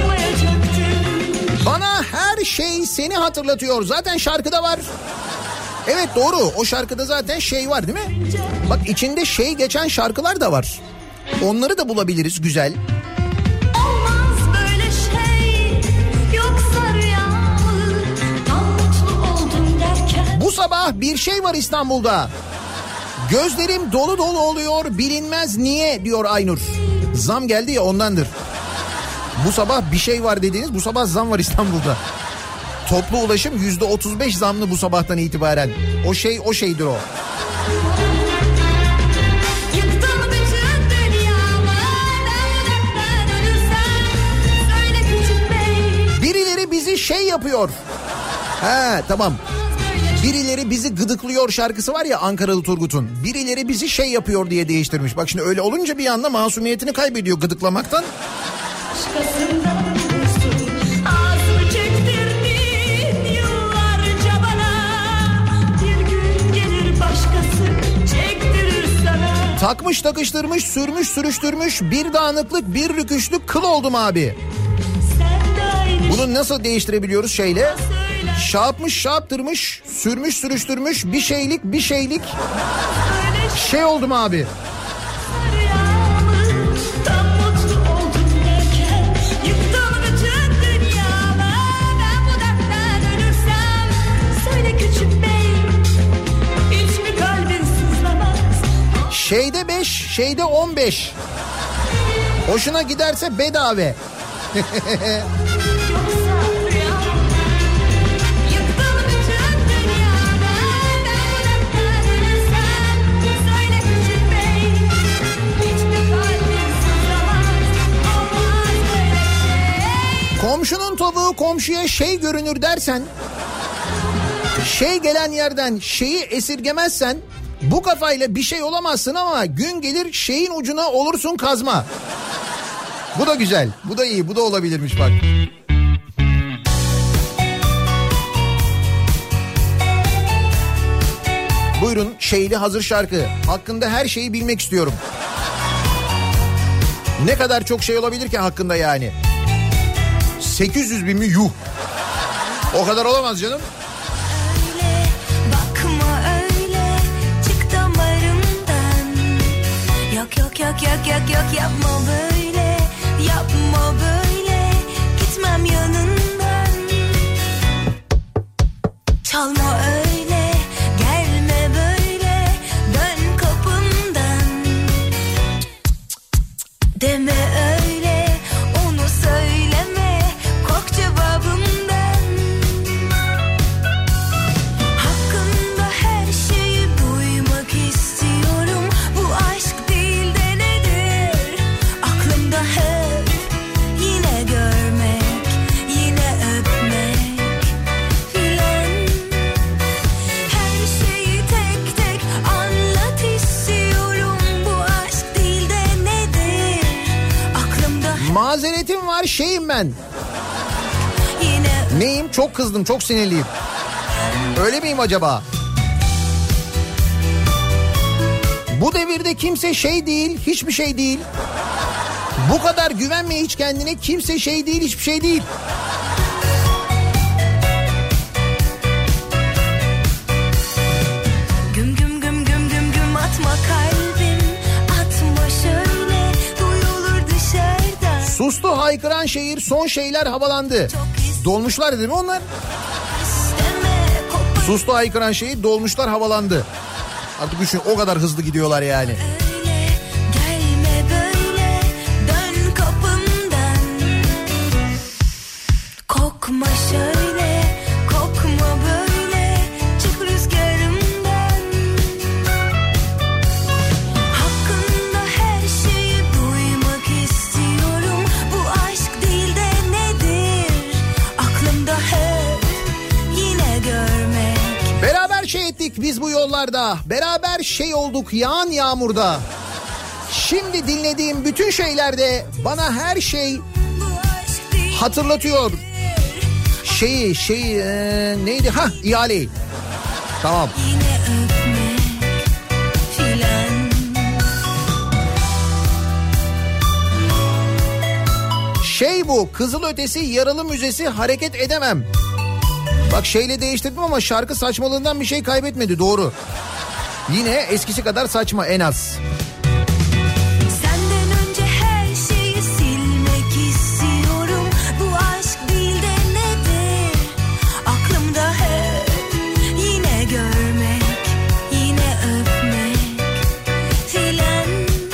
kalmayacaktım. Bana her şey seni hatırlatıyor. Zaten şarkıda var. Evet doğru, o şarkıda zaten şey var değil mi? Bak içinde şey geçen şarkılar da var. Onları da bulabiliriz, güzel. Olmaz böyle şey, yoksa rüya mı? Tam mutlu oldum derken. Bu sabah bir şey var İstanbul'da. Gözlerim dolu dolu oluyor, bilinmez niye diyor Aynur. Zam geldi ya ondandır. Bu sabah bir şey var dediğiniz, bu sabah zam var İstanbul'da. Toplu ulaşım %35 zamlı bu sabahtan itibaren. O şey o şeydir o. Yıktım bütün dünyamı, ben ölürsem söyle küçük bey. Birileri bizi şey yapıyor. He tamam. Birileri bizi gıdıklıyor şarkısı var ya Ankaralı Turgut'un. Birileri bizi şey yapıyor diye değiştirmiş. Bak şimdi öyle olunca bir anda masumiyetini kaybediyor gıdıklamaktan. Başkasından bulsun, ağzımı çektirdin yıllarca bana. Bir gün gelir başkası çektirir sana. Takmış takıştırmış, sürmüş sürüştürmüş, bir dağınıklık bir rüküşlük kıl oldum abi. Sen de aynı Bunu nasıl değiştirebiliyoruz şeyle? söyle. Şapmış şaptırmış, sürmüş sürüştürmüş, bir şeylik şey oldum abi. Rüyamı tam mutlu oldum derken yıktım bütün dünyamı. Ben bu dertten ölürsem söyle küçük bey, hiç mi kalbin sızlamaz? Şeyde 5, şeyde 15. Hoşuna giderse bedava. Yoksa rüyamı yıktım bütün dünyamı. Ben bu dertten ölürsem söyle küçük bey, hiç mi kalbin sızlamaz? Olmaz böyle şey. Komşunun tavuğu komşuya şey görünür dersen, şey gelen yerden şeyi esirgemezsen bu kafayla bir şey olamazsın ama gün gelir şeyin ucuna olursun kazma. Bu da güzel, bu da iyi, bu da olabilirmiş bak. Buyurun şeyli hazır şarkı. Hakkında her şeyi bilmek istiyorum. Ne kadar çok şey olabilir ki hakkında yani? 800 bin mi? Yuh. O kadar olamaz canım. Öyle, bakma öyle, çık damarımdan. Yok yok yok yok yok yok, yapma böyle, yapma böyle, gitmem yanından. Çalma öyle, gelme böyle, dön kapımdan. Deme öyle, onu söyleme, kork cevabımdan. Hakkında her şeyi duymak istiyorum. Bu aşk değil de nedir? Aklımda hep yine görmek, yine öpmek filan. Her şeyi tek tek anlat istiyorum. Bu aşk değil de nedir? Aklımda hep Mazeretim var, şeyim ben. yine Neyim? Çok kızdım, çok sinirliyim. Öyle miyim acaba? Bu devirde kimse şey değil, hiçbir şey değil. Bu kadar güvenme hiç kendine, kimse şey değil, hiçbir şey değil. güm güm güm güm güm güm atma kalbim, atma şöyle, duyulur dışarıdan. Sustu haykıran şehir, son şeyler havalandı. Dolmuşlar değil mi onlar? İsteme kopar Sustu haykıran şehir, dolmuşlar havalandı. Artık düşün, o kadar hızlı gidiyorlar yani. öyle, gelme böyle, dön kapımdan. Kokma şöyle, kokma böyle, çık rüzgarımdan. Hakkında her şeyi duymak istiyorum. Bu aşk değil de nedir? Aklımda hep yine görmek. Beraber şey ettik biz bu yollarda. Beraber şey olduk yağan yağmurda. Şimdi dinlediğim bütün şeylerde bana her şey Bu aşk değil hatırlatıyor. Şeyi neydi? İhaleyi. Tamam. yine öpmek filan. Şey bu, Kızılötesi Yaralı Müzesi hareket edemem. Bak şeyle değiştirdim ama şarkı saçmalığından bir şey kaybetmedi, doğru. Yine eskisi kadar saçma en az. Senden önce her şeyi silmek istiyorum. Bu aşk değil de nedir? Aklımda hep yine görmek, yine öpmek filan.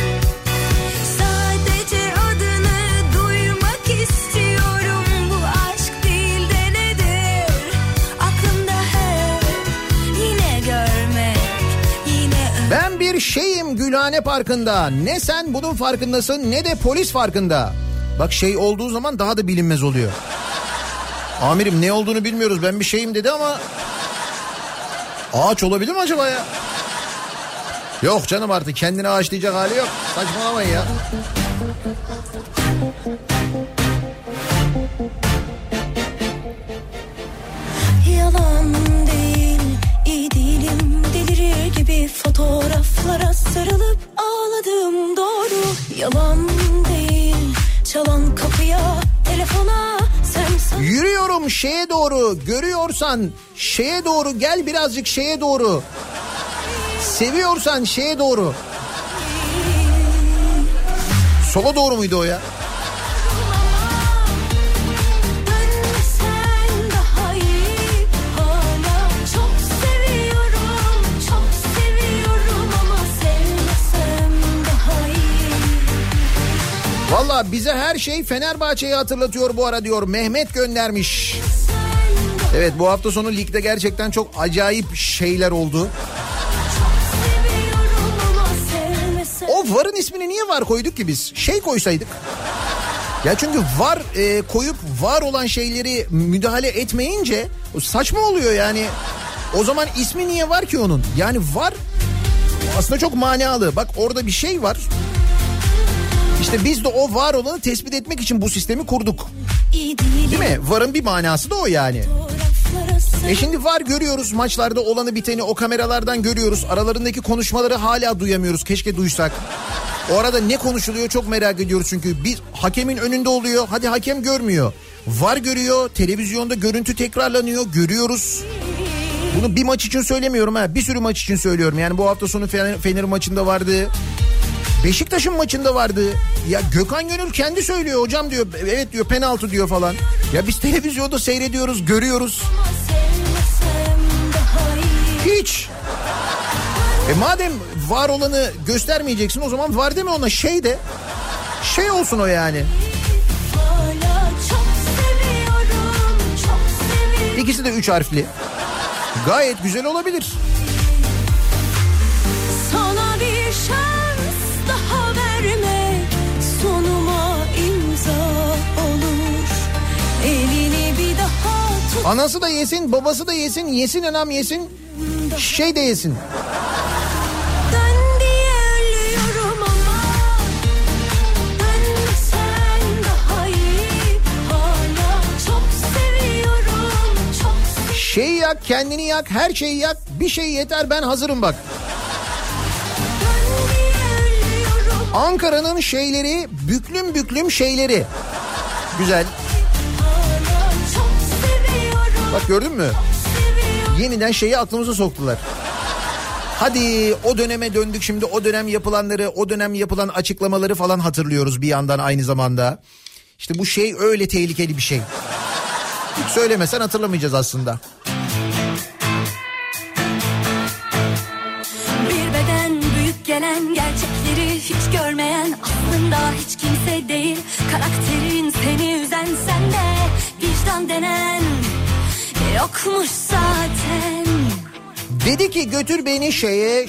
Sadece adını duymak istiyorum. Bu aşk değil de nedir? Aklımda hep yine görmek, yine öpmek. Ben bir şeyim Gülhane Parkı'nda. Ne sen bunun farkındasın ne de polis farkında. Bak şey olduğu zaman daha da bilinmez oluyor. Amirim ne olduğunu bilmiyoruz, ben bir şeyim dedi ama... Ağaç olabilir mi acaba ya? Yok canım, artık kendini ağaçlayacak hali yok. Saçmalamayın ya. Yalan değil, iyi değilim. Delirir gibi fotoğraflara sarılıp ağladım, doğru. Yalan değil, çalan kapıya, telefona sen Yürüyorum şeye doğru, görüyorsan şeye doğru gel, birazcık şeye doğru. Seviyorsan şeye doğru. Sola doğru muydu o ya? Dönsen daha iyi. Hala çok seviyorum, çok seviyorum ama sevmesem daha iyi. Valla bize her şey Fenerbahçe'yi hatırlatıyor bu ara diyor. Mehmet göndermiş. Evet, bu hafta sonu ligde gerçekten çok acayip şeyler oldu. O VAR'ın ismini niye VAR koyduk ki biz? Şey koysaydık. Ya çünkü VAR koyup var olan şeyleri müdahale etmeyince saçma oluyor yani. O zaman ismi niye var ki onun? Yani VAR aslında çok manalı. Bak orada bir şey var. İşte biz de o var olanı tespit etmek için bu sistemi kurduk. Değil mi? VAR'ın bir manası da o yani. Şimdi VAR görüyoruz, maçlarda olanı biteni o kameralardan görüyoruz. Aralarındaki konuşmaları hala duyamıyoruz. Keşke duysak. O arada ne konuşuluyor çok merak ediyoruz çünkü. Bir hakemin önünde oluyor. Hadi hakem görmüyor. VAR görüyor. Televizyonda görüntü tekrarlanıyor. Görüyoruz. Bunu bir maç için söylemiyorum ha. Bir sürü maç için söylüyorum. Yani bu hafta sonu Fener maçında vardı. Beşiktaş'ın maçında vardı. Ya Gökhan Gönül kendi söylüyor, hocam diyor. Evet diyor, penaltı diyor falan. Ya biz televizyonda seyrediyoruz, görüyoruz. Hiç. Madem var olanı göstermeyeceksin, o zaman var deme ona, şey de. Şey olsun o yani. İkisi de 3 harfli. Gayet güzel olabilir. Sana bir şans daha vermek sonuma imza olur. Elini bir daha tut. Anası da yesin, babası da yesin, yesin anam yesin, şey de yesin. Dön diye ölüyorum ama dönmesen daha iyi. Hala çok seviyorum, çok Şeyi yak, kendini yak, her şeyi yak, bir şey yeter, ben hazırım bak. dön diye ölüyorum. Ankara'nın şeyleri, büklüm büklüm şeyleri. Güzel. Hala çok seviyorum. Bak gördün mü? Yeniden şeyi aklımıza soktular. Hadi o döneme döndük şimdi, o dönem yapılanları, o dönem yapılan açıklamaları falan hatırlıyoruz bir yandan aynı zamanda. İşte bu şey öyle tehlikeli bir şey. Hiç söylemesen hatırlamayacağız aslında. Bir beden büyük gelen, gerçekleri hiç görmeyen, aslında hiç kimse değil. Karakterin seni üzen, sende vicdan denen yokmuş zaten. Dedi ki götür beni şeye.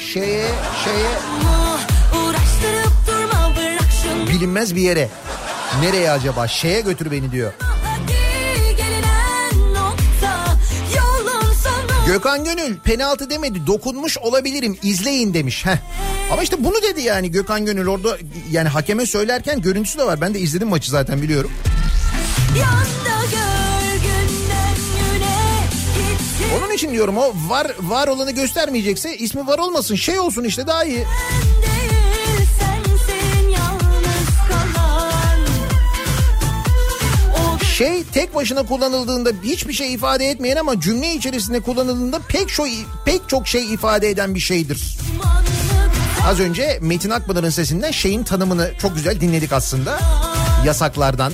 Uğraştırıp durma, bırak şunu. Bilinmez bir yere. Nereye acaba? Şeye götür beni diyor. Hadi gelinen nokta, yolun sonu. Gökhan Gönül penaltı demedi, dokunmuş olabilirim, izleyin demiş. Heh. Ama işte bunu dedi yani Gökhan Gönül orada, yani hakeme söylerken görüntüsü de var. Ben de izledim maçı zaten, biliyorum. Yanda gör günden güne gitti. Onun için diyorum, o var olanı göstermeyecekse ismi var olmasın, şey olsun işte, daha iyi. Değil, sensin yalnız kalan. O Şey tek başına kullanıldığında hiçbir şey ifade etmeyen ama cümle içerisinde kullanıldığında pek çok şey ifade eden bir şeydir. Az önce Metin Akpınar'ın sesinden şeyin tanımını çok güzel dinledik aslında. Yasaklardan.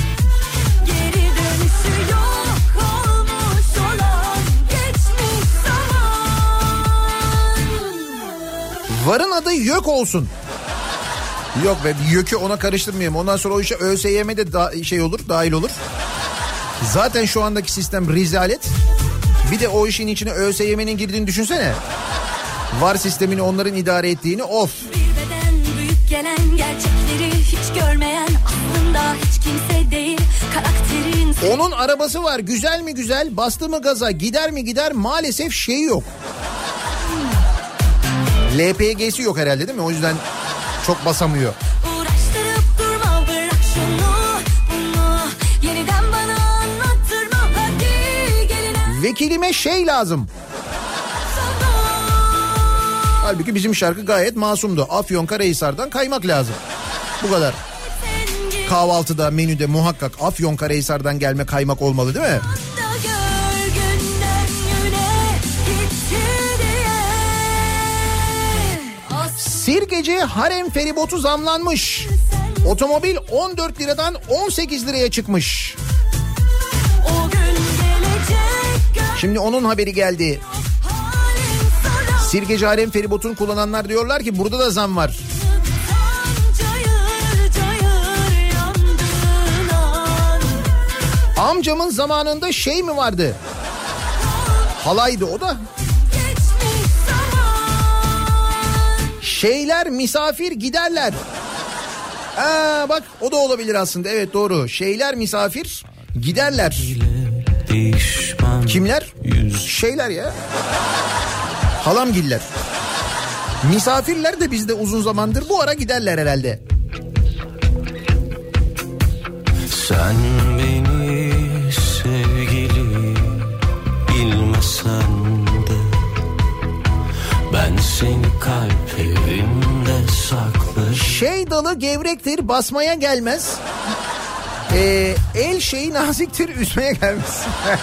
Varın adı YÖK olsun. Yok be, YÖK'ü ona karıştırmayayım. Ondan sonra o işe ÖSYM'de dahil olur. Zaten şu andaki sistem rezalet. Bir de o işin içine ÖSYM'nin girdiğini düşünsene. VAR sistemini onların idare ettiğini, of. Bir beden büyük gelen gerçekleri hiç görmeyen aslında hiç kimse değil karakterin. Onun arabası var, güzel mi güzel, bastı mı gaza, gider mi gider, maalesef şeyi yok. LPG'si yok herhalde değil mi? O yüzden çok basamıyor. Uğraştırıp durma, bırak şunu bunu yeniden bana anlattırma, hadi gelin. Vekilime şey lazım. Halbuki bizim şarkı gayet masumdu. Afyonkarahisar'dan kaymak lazım. Bu kadar. Kahvaltıda, menüde muhakkak Afyonkarahisar'dan gelme kaymak olmalı değil mi? Sirkeci harem feribotu zamlanmış. Otomobil 14 liradan 18 liraya çıkmış. Şimdi onun haberi geldi. Sirkeci harem feribotunu kullananlar diyorlar ki burada da zam var. Amcamın zamanında şey mi vardı? Halaydı o da. Şeyler misafir giderler. Bak o da olabilir aslında, evet doğru. Şeyler misafir giderler. Kimler? Şeyler ya. Halamgiller. Misafirler de bizde uzun zamandır, bu ara giderler herhalde. Sen beni sevgili bilmesen de ben seni kalp evimde saklarım. Şey dalı gevrektir, basmaya gelmez. El şeyi naziktir, üzmeye gelmez.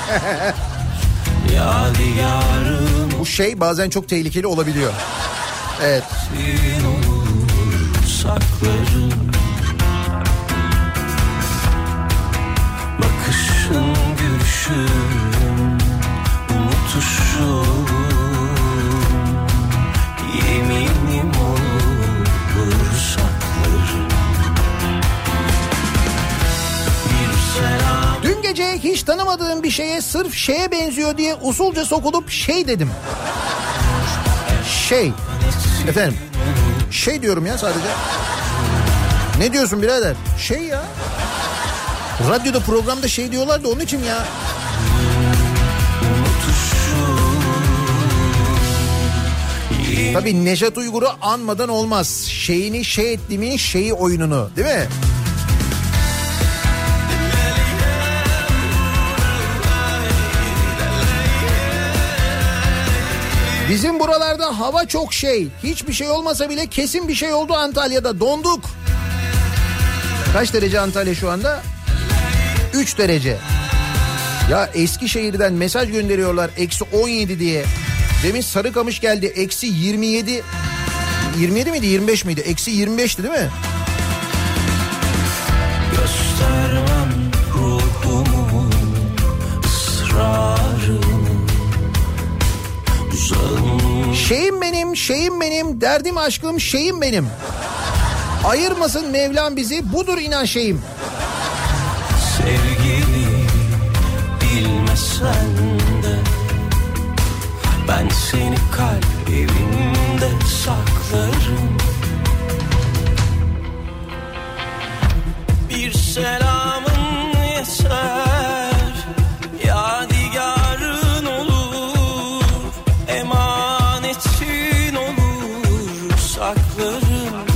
Yadigarım. Bu şey bazen çok tehlikeli olabiliyor. Evet. Saklarım. Bakışın, gülüşün, unutuşun, yeminim olur saklarım. Bir selam. Dün gece hiç tanımadığım bir şeye sırf şeye benziyor diye usulca sokulup şey dedim. Şey. Efendim. Şey diyorum ya sadece. Ne diyorsun birader? Şey ya. Radyoda programda şey diyorlar da onun için ya. Tabii Nejat Uygur'u anmadan olmaz. Şeyini şey ettiğimin şeyi oyununu, değil mi? Bizim buralarda hava çok şey. Hiçbir şey olmasa bile kesin bir şey oldu Antalya'da. Donduk. Kaç derece Antalya şu anda? 3 derece. Ya Eskişehir'den mesaj gönderiyorlar -17 diye. Demin Sarıkamış geldi -27. 27 miydi 25 miydi? -25'ti değil mi? Göstermem ruhumun ısrarını. Şeyim benim, şeyim benim, derdim aşkım şeyim benim. Ayırmasın Mevlam bizi, budur inan şeyim. Sevgili bilmesen de ben seni kalp evimde saklarım. Bir selamın yeter, yadigarın olur, emanetin olur saklarım.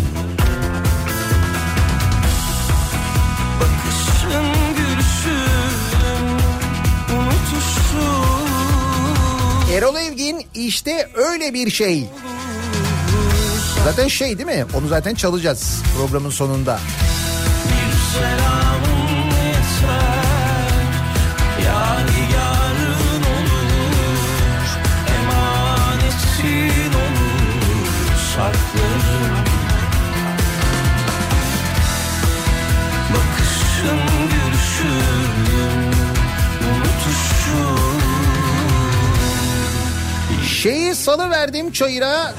Bakışın, gülüşün, unutuşun. Erol Evgin işte öyle bir şey. Zaten şey değil mi? Onu zaten çalacağız programın sonunda. Bir selamın yeter, Şeyi salıverdim çayıra.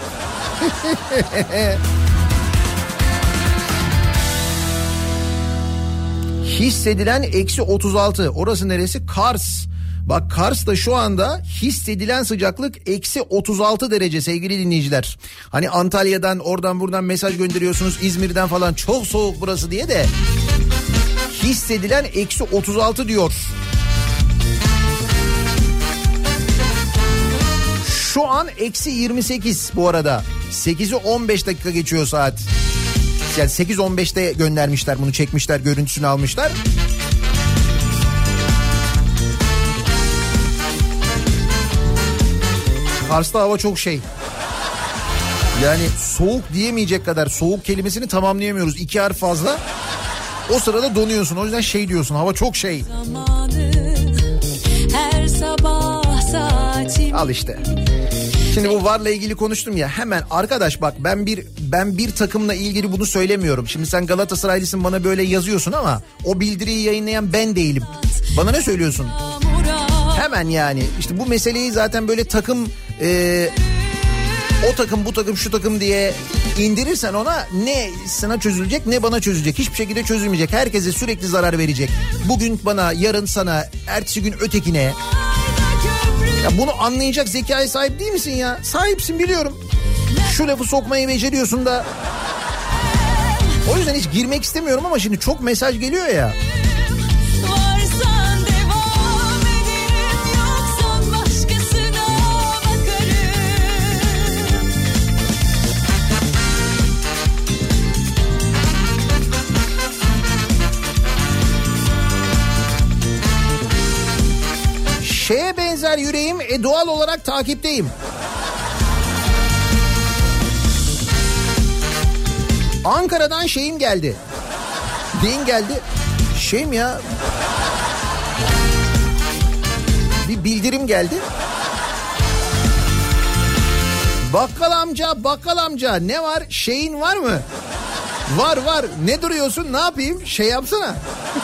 Hissedilen -36. Orası neresi? Kars. Bak Kars'ta şu anda hissedilen sıcaklık -36 derece sevgili dinleyiciler. Hani Antalya'dan oradan buradan mesaj gönderiyorsunuz, İzmir'den falan çok soğuk burası diye de hissedilen -36 diyor. Şu an -28 bu arada. 8'i 15 dakika geçiyor saat. Yani 8.15'te göndermişler bunu, çekmişler, görüntüsünü almışlar. Kars'ta hava çok şey. Yani soğuk diyemeyecek kadar, soğuk kelimesini tamamlayamıyoruz. 2 harf fazla. O sırada donuyorsun. O yüzden şey diyorsun, hava çok şey. Her sabah saatim. Al işte. Şimdi bu VAR'la ilgili konuştum ya, hemen arkadaş bak ben bir takımla ilgili bunu söylemiyorum. Şimdi sen Galatasaraylısın, bana böyle yazıyorsun ama o bildiriyi yayınlayan ben değilim. Bana ne söylüyorsun? Hemen yani işte bu meseleyi zaten böyle takım o takım bu takım şu takım diye indirirsen ona, ne sana çözülecek ne bana çözülecek. Hiçbir şekilde çözülmeyecek. Herkese sürekli zarar verecek. Bugün bana, yarın sana, ertesi gün ötekine. Ya bunu anlayacak zekaya sahip değil misin ya? Sahipsin, biliyorum. Şu lafı sokmayı beceriyorsun da. O yüzden hiç girmek istemiyorum ama şimdi çok mesaj geliyor ya. Şeye benzer yüreğim, doğal olarak takipteyim. Ankara'dan şeyim geldi. Neyin geldi? Şeyim ya. Bir bildirim geldi. Bakkal amca ne var? Şeyin var mı? Var. Ne duruyorsun? Ne yapayım? Şey yapsana.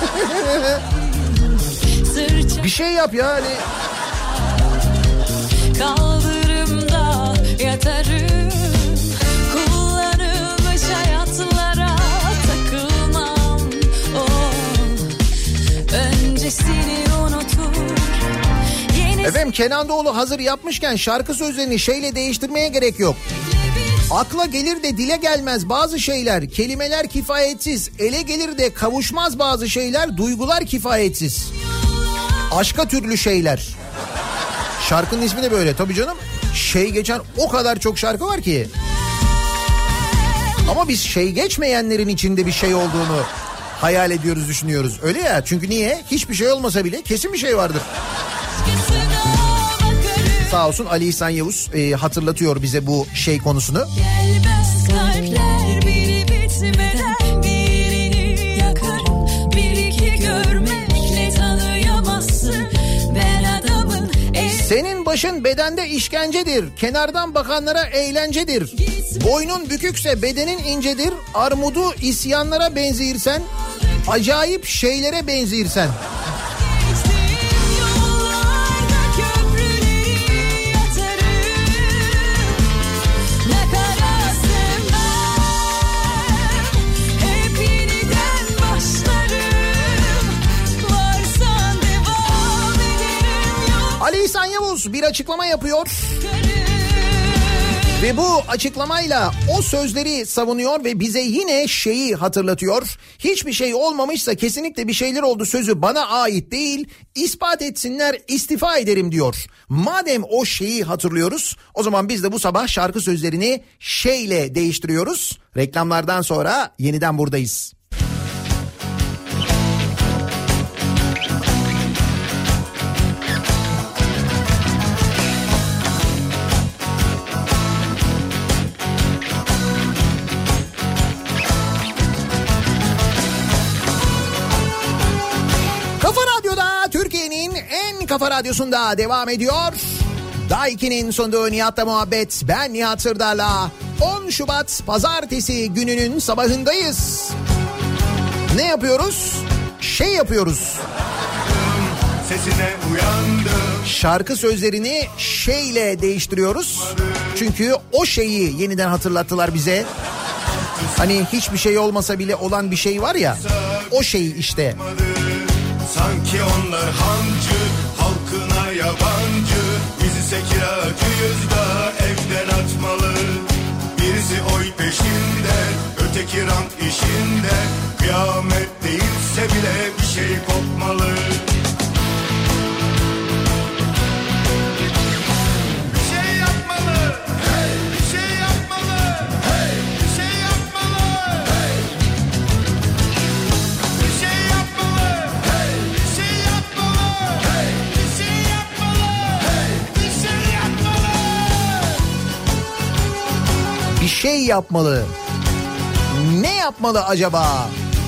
Bir şey yap ya hani. Kaldırımda yatarım. Kullanılmış hayatlara takılmam. Öncesini unutur. Efendim Kenan Doğulu hazır yapmışken şarkı sözlerini şeyle değiştirmeye gerek yok. Akla gelir de dile gelmez bazı şeyler, kelimeler kifayetsiz. Ele gelir de kavuşmaz bazı şeyler, duygular kifayetsiz. Aşka türlü şeyler. Şarkının ismi de böyle tabii canım. Şey geçen o kadar çok şarkı var ki. Ama biz şey geçmeyenlerin içinde bir şey olduğunu hayal ediyoruz, düşünüyoruz. Öyle ya, çünkü niye? Hiçbir şey olmasa bile kesin bir şey vardır. Sağ olsun Ali İhsan Yavuz hatırlatıyor bize bu şey konusunu. Gelmez kalpler biri bitmeden birini yakarım. Bir iki görmekle tanıyamazsın. Ben adamın senin başın bedende işkencedir. Kenardan bakanlara eğlencedir. Boynun bükükse bedenin incedir. Armudu isyanlara benzeyirsen, acayip şeylere benzeyirsen. Ali İhsan Yavuz bir açıklama yapıyor. Ve bu açıklamayla o sözleri savunuyor ve bize yine şeyi hatırlatıyor. Hiçbir şey olmamışsa kesinlikle bir şeyler oldu sözü bana ait değil. İspat etsinler, istifa ederim diyor. Madem o şeyi hatırlıyoruz, o zaman biz de bu sabah şarkı sözlerini şeyle değiştiriyoruz. Reklamlardan sonra yeniden buradayız. Kafa Radyosu'nda devam ediyor. Daiki'nin sunduğu Nihat'la muhabbet. Ben Nihat Sırdar'la 10 Şubat Pazartesi gününün sabahındayız. Ne yapıyoruz? Şey yapıyoruz. sesine uyandım. Şarkı sözlerini şeyle değiştiriyoruz. Çünkü o şeyi yeniden hatırlattılar bize. Hani hiçbir şey olmasa bile olan bir şey var ya, o şey işte. Sanki onlar hancı, halkına yabancı. Bizi kiracıyız da evden atmalı. Birisi oy peşinde, öteki rant işinde. Kıyamet değilse bile bir şey kopmalı. Bir şey yapmalı, hey, bir şey yapmalı, hey, bir şey yapmalı, hey. Bir şey yapmalı, hey, bir şey yapmalı, hey, bir şey yapmalı, hey, bir şey yapmalı. Bir şey yapmalı. Ne yapmalı acaba?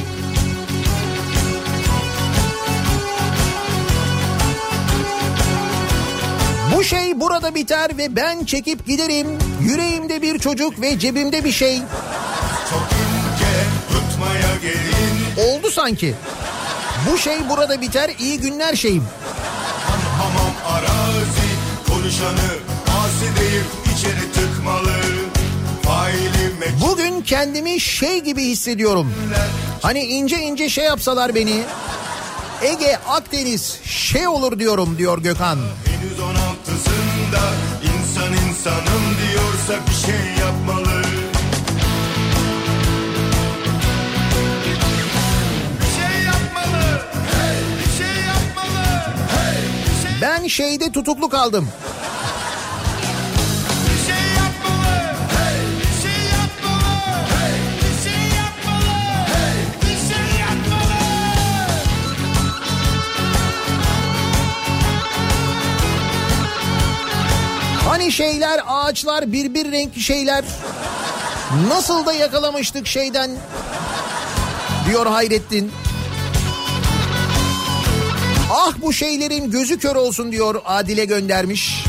Bu şey burada biter ve ben çekip giderim. Yüreğimde bir çocuk ve cebimde bir şey. Çok ince tutmaya gelin. Oldu sanki. Bu şey burada biter, iyi günler şeyim. Hamam arazi konuşanı asi deyip içeri tıkmalı. Faili Bugün kendimi şey gibi hissediyorum. Hani ince ince şey yapsalar beni. Ege, Akdeniz şey olur diyorum diyor Gökhan. henüz 16'sında insan insanım diyorsa bir şey yapmalı. Bir şey yapmalı. Hey, bir şey yapmalı. Hey, bir şey, Ben şeyde tutuklu kaldım. bir şey yapmalı. Hey, bir şey yapmalı. Hey, bir şey yapmalı. Hey, bir şey yapmalı. Hani şeyler, ağaçlar, birbir renk şeyler. Nasıl da yakalamıştık şeyden diyor Hayrettin. Ah bu şeylerin gözü kör olsun diyor Adile göndermiş.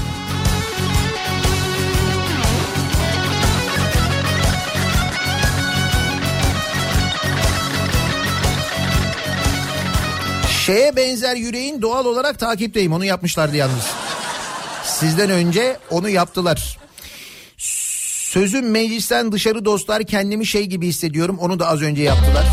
Şeye benzer yüreğin doğal olarak takipteyim. Onu yapmışlardı yalnız. Sizden önce onu yaptılar. Sözüm meclisten dışarı dostlar, kendimi şey gibi hissediyorum. Onu da az önce yaptılar.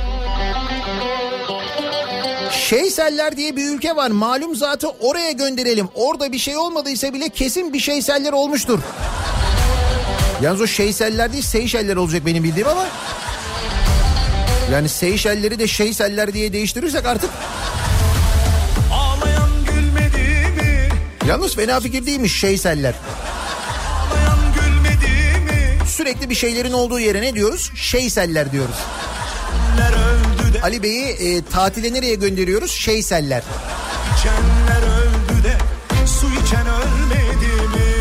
Şeyseller diye bir ülke var. Malum zatı oraya gönderelim. Orada bir şey olmadıysa bile kesin bir şeyseller olmuştur. Yalnız o şeyseller değil, Seyşeller olacak benim bildiğim ama. Yani Seyşelleri de şeyseller diye değiştirirsek artık. Ağlayan gülmedi mi? Yalnız fena fikir değilmiş şeyseller. Ağlayan gülmedi mi? Sürekli bir şeylerin olduğu yere ne diyoruz? Şeyseller diyoruz. Öldü de Ali Bey'i tatile nereye gönderiyoruz? Şeyseller. içenler öldü de su içen ölmedi mi?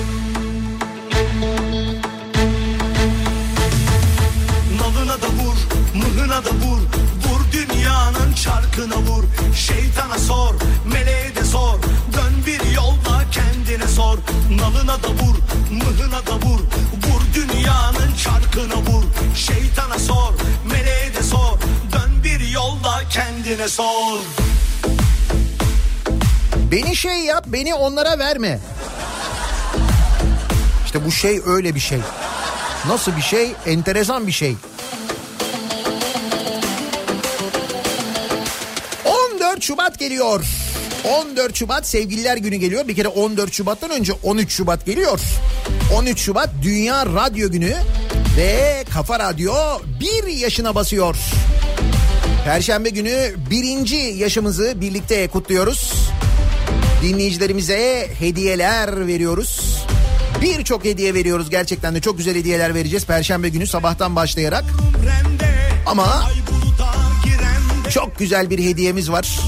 Nalına da vur, mıhına da vur. Vur dünyanın çarkına vur. Şeytana sor, meleğe de sor. Dön bir yolda kendine sor. Nalına da vur, mıhına da vur. Vur dünyanın çarkına vur. Şeytana sor, meleğe de sor. Dön bir yolda kendine sor. Beni şey yap, beni onlara verme. İşte bu şey öyle bir şey. Nasıl bir şey? Enteresan bir şey. 14 Şubat geliyor. 14 Şubat Sevgililer Günü geliyor. Bir kere 14 Şubat'tan önce 13 Şubat geliyor. 13 Şubat Dünya Radyo Günü ve Kafa Radyo 1 yaşına basıyor. Perşembe günü 1. yaşımızı birlikte kutluyoruz. Dinleyicilerimize hediyeler veriyoruz. Birçok hediye veriyoruz, gerçekten de çok güzel hediyeler vereceğiz Perşembe günü sabahtan başlayarak. Ama çok güzel bir hediyemiz var.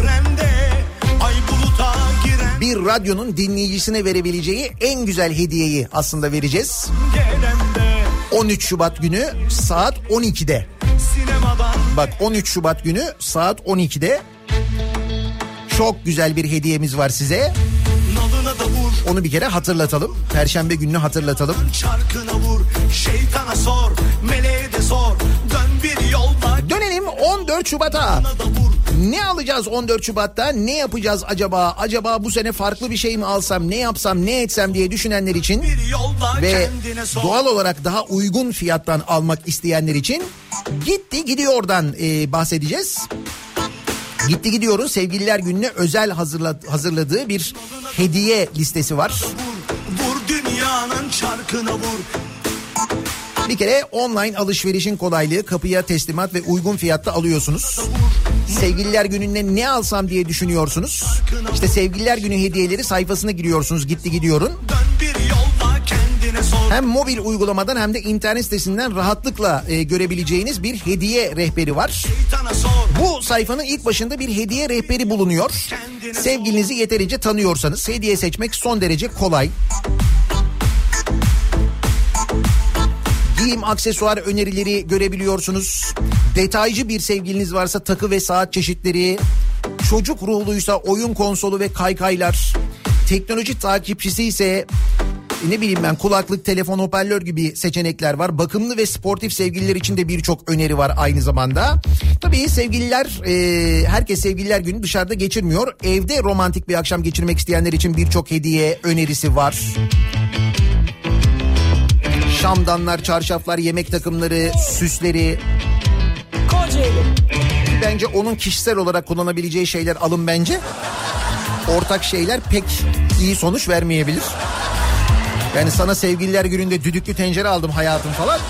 Bir radyonun dinleyicisine verebileceği en güzel hediyeyi aslında vereceğiz. 13 Şubat günü saat 12'de. Bak 13 Şubat günü saat 12'de çok güzel bir hediyemiz var size. Onu bir kere hatırlatalım. Perşembe gününü hatırlatalım. Çarkına vur, şeytana sor, meleğe de sor. Dön bir yolda. Dönelim 14 Şubat'a. Ne alacağız 14 Şubat'ta? Ne yapacağız acaba? Acaba bu sene farklı bir şey mi alsam, ne yapsam, ne etsem diye düşünenler için ve doğal olarak daha uygun fiyattan almak isteyenler için Gitti Gidiyor'dan bahsedeceğiz. Gitti Gidiyor'un Sevgililer Günü'ne özel hazırladığı bir hediye listesi var. Vur dünyanın çarkına vur. Bir kere online alışverişin kolaylığı, kapıya teslimat ve uygun fiyatta alıyorsunuz. Sevgililer Günü'nde ne alsam diye düşünüyorsunuz. İşte Sevgililer Günü hediyeleri sayfasına giriyorsunuz Gitti Gidiyor'un. Hem mobil uygulamadan hem de internet sitesinden rahatlıkla görebileceğiniz bir hediye rehberi var. Bu sayfanın ilk başında bir hediye rehberi bulunuyor. Sevgilinizi yeterince tanıyorsanız hediye seçmek son derece kolay. Giyim, aksesuar önerileri görebiliyorsunuz. Detaycı bir sevgiliniz varsa takı ve saat çeşitleri, çocuk ruhluysa oyun konsolu ve kaykaylar, teknoloji takipçisi ise ne bileyim ben kulaklık, telefon, hoparlör gibi seçenekler var. Bakımlı ve sportif sevgililer için de birçok öneri var aynı zamanda. Tabii sevgililer, herkes Sevgililer Günü dışarıda geçirmiyor. Evde romantik bir akşam geçirmek isteyenler için birçok hediye önerisi var. Şamdanlar, çarşaflar, yemek takımları, süsleri. Bence onun kişisel olarak kullanabileceği şeyler alın bence. Ortak şeyler pek iyi sonuç vermeyebilir. Yani sana Sevgililer Günü'nde düdüklü tencere aldım hayatım falan.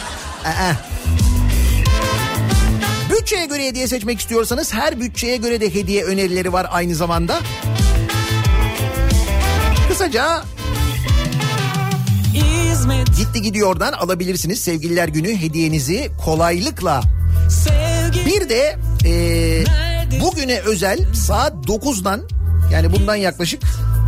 Bütçeye göre hediye seçmek istiyorsanız her bütçeye göre de hediye önerileri var aynı zamanda. Kısaca Gitti Gidiyor'dan alabilirsiniz Sevgililer Günü hediyenizi kolaylıkla. Bir de bugüne özel saat 9'dan, yani bundan yaklaşık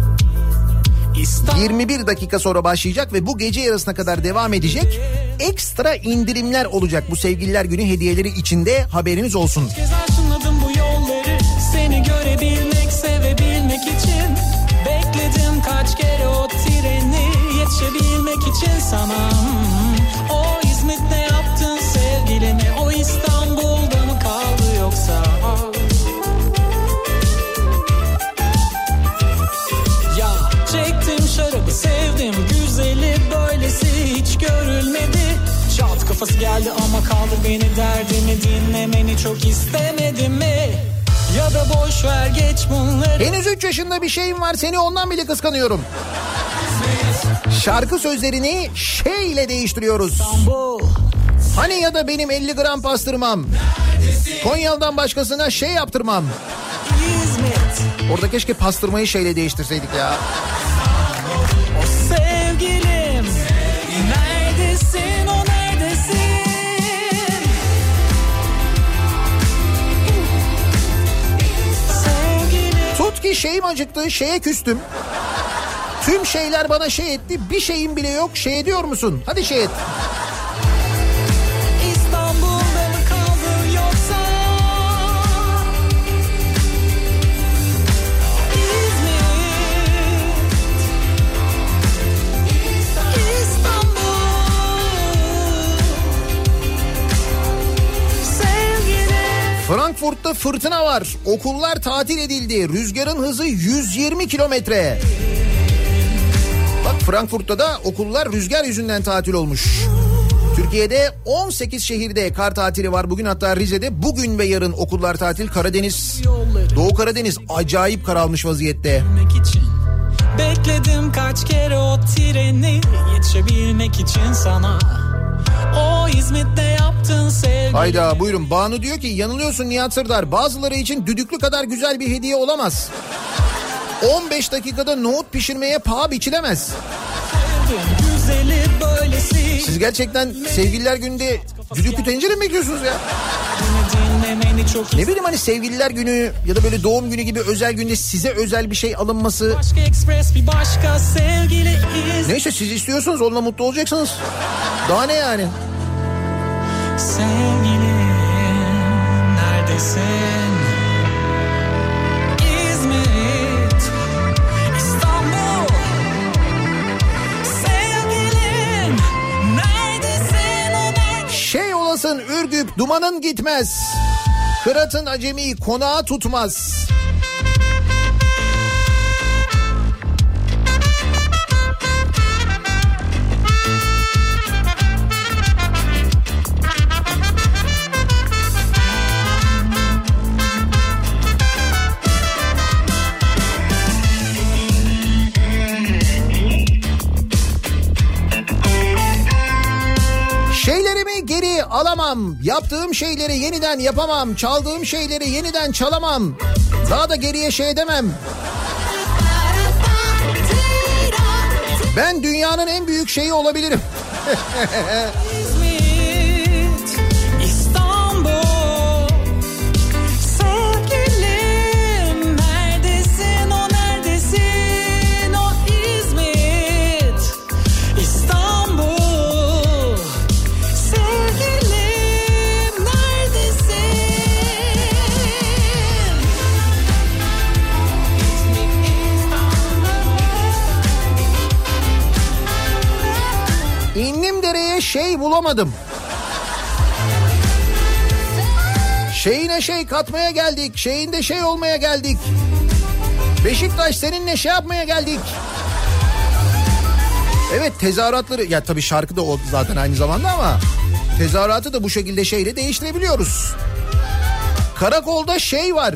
21 dakika sonra başlayacak ve bu gece yarısına kadar devam edecek ekstra indirimler olacak bu Sevgililer Günü hediyeleri içinde, haberiniz olsun. Bu yolları seni görebilmek, sevebilmek için bekledim kaç kere o treni, yetişebilmek için sana. O İzmit'te yaptın sevgilini, o İstanbul'da mı kaldı yoksa? Ya çektim şarabı, sevdim güzeli, böylesi hiç görülmedi. Çat kafası geldi ama kaldı beni, derdimi dinlemeni çok istemedim mi? Ya da boş ver geç bunları. Henüz 3 yaşında bir şeyim var, seni ondan bile kıskanıyorum. Şarkı sözlerini şey ile değiştiriyoruz. İstanbul. Hani ya da benim 50 gram pastırmam. Konya'dan başkasına şey yaptırmam. İzmit. Orada keşke pastırmayı şeyle değiştirseydik ya. O sevgilim, neredesin, o neredesin? Sevgilim. Tut ki şeyim acıktı, şeye küstüm. Tüm şeyler bana şey etti, bir şeyim bile yok, şey ediyor musun? Hadi şey et. İstanbul'da mı kaldın yoksa? İstanbul. Sevgilim. Frankfurt'ta fırtına var. Okullar tatil edildi. Rüzgarın hızı 120 kilometre. Bak Frankfurt'ta da okullar rüzgar yüzünden tatil olmuş. Türkiye'de 18 şehirde kar tatili var bugün, hatta Rize'de bugün ve yarın okullar tatil. Karadeniz, Doğu Karadeniz acayip kar almış vaziyette. Bekledim kaç kere o treni, yetişebilmek için sana. O İzmit'te yaptın sevgili. Hayda buyurun. Banu diyor ki yanılıyorsun Nihat Sırdar. Bazıları için düdüklü kadar güzel bir hediye olamaz. 15 dakikada nohut pişirmeye paha biçilemez. Siz gerçekten Sevgililer Günü'nde düdüklü tencere mi bekliyorsunuz ya? Ne bileyim hani Sevgililer Günü ya da böyle doğum günü gibi özel günde size özel bir şey alınması. Neyse siz istiyorsunuz, onunla mutlu olacaksınız. Daha ne yani? Sevgilim neredesin? İzmit, İstanbul. Sevgilim neredesin? Şey olasın Ürgüp, dumanın gitmez. Kırat'ın acemi konağı tutmaz. Şeylerimi geri alamam. Yaptığım şeyleri yeniden yapamam. Çaldığım şeyleri yeniden çalamam. Daha da geriye şey edemem. Ben dünyanın en büyük şeyi olabilirim. İzmit, İstanbul, sevgilim neredesin o neredesin o İzmit, İstanbul, sevgilim neredesin? İndim dereye şey bulamadım. Şeyine şey katmaya geldik. Şeyinde şey olmaya geldik. Beşiktaş seninle şey yapmaya geldik. Evet, tezahüratları ya tabii şarkı da o zaten aynı zamanda ama tezahüratı da bu şekilde şeyle değiştirebiliyoruz. Karakolda şey var.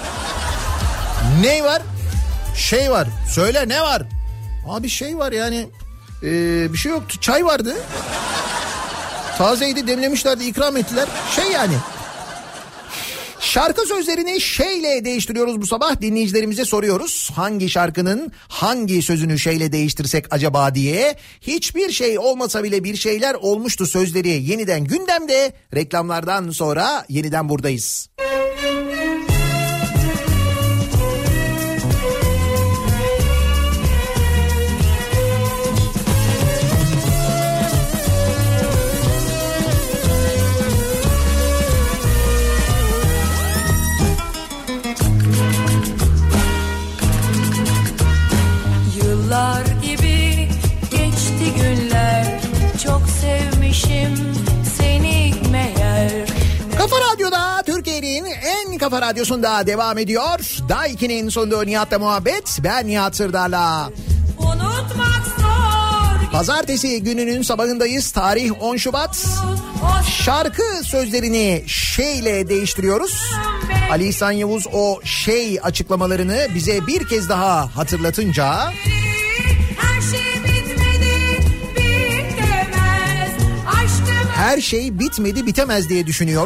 Ne var? Şey var. Söyle ne var? Abi şey var yani. Bir şey yoktu. Çay vardı. Tazeydi, demlemişlerdi, ikram ettiler. Şey yani. Şarkı sözlerini şeyle değiştiriyoruz bu sabah. Dinleyicilerimize soruyoruz. Hangi şarkının hangi sözünü şeyle değiştirsek acaba diye. Hiçbir şey olmasa bile bir şeyler olmuştu sözleri yeniden gündemde. Reklamlardan sonra yeniden buradayız. Yıllar gibi geçti günler, çok sevmişim seni meğer. Kafa Radyo'da, Türkiye'nin en kafa radyosunda devam ediyor. Daiki'nin sunduğu Nihat'la muhabbet. Ben Nihat Sırdar'la. Unutmak zor. Pazartesi gününün sabahındayız. Tarih 10 Şubat. Şarkı sözlerini şeyle değiştiriyoruz. Ali İhsan Yavuz o şey açıklamalarını bize bir kez daha hatırlatınca... Her şey bitmedi, bitemez. Aşkım Her şey bitmedi, bitemez diye düşünüyor.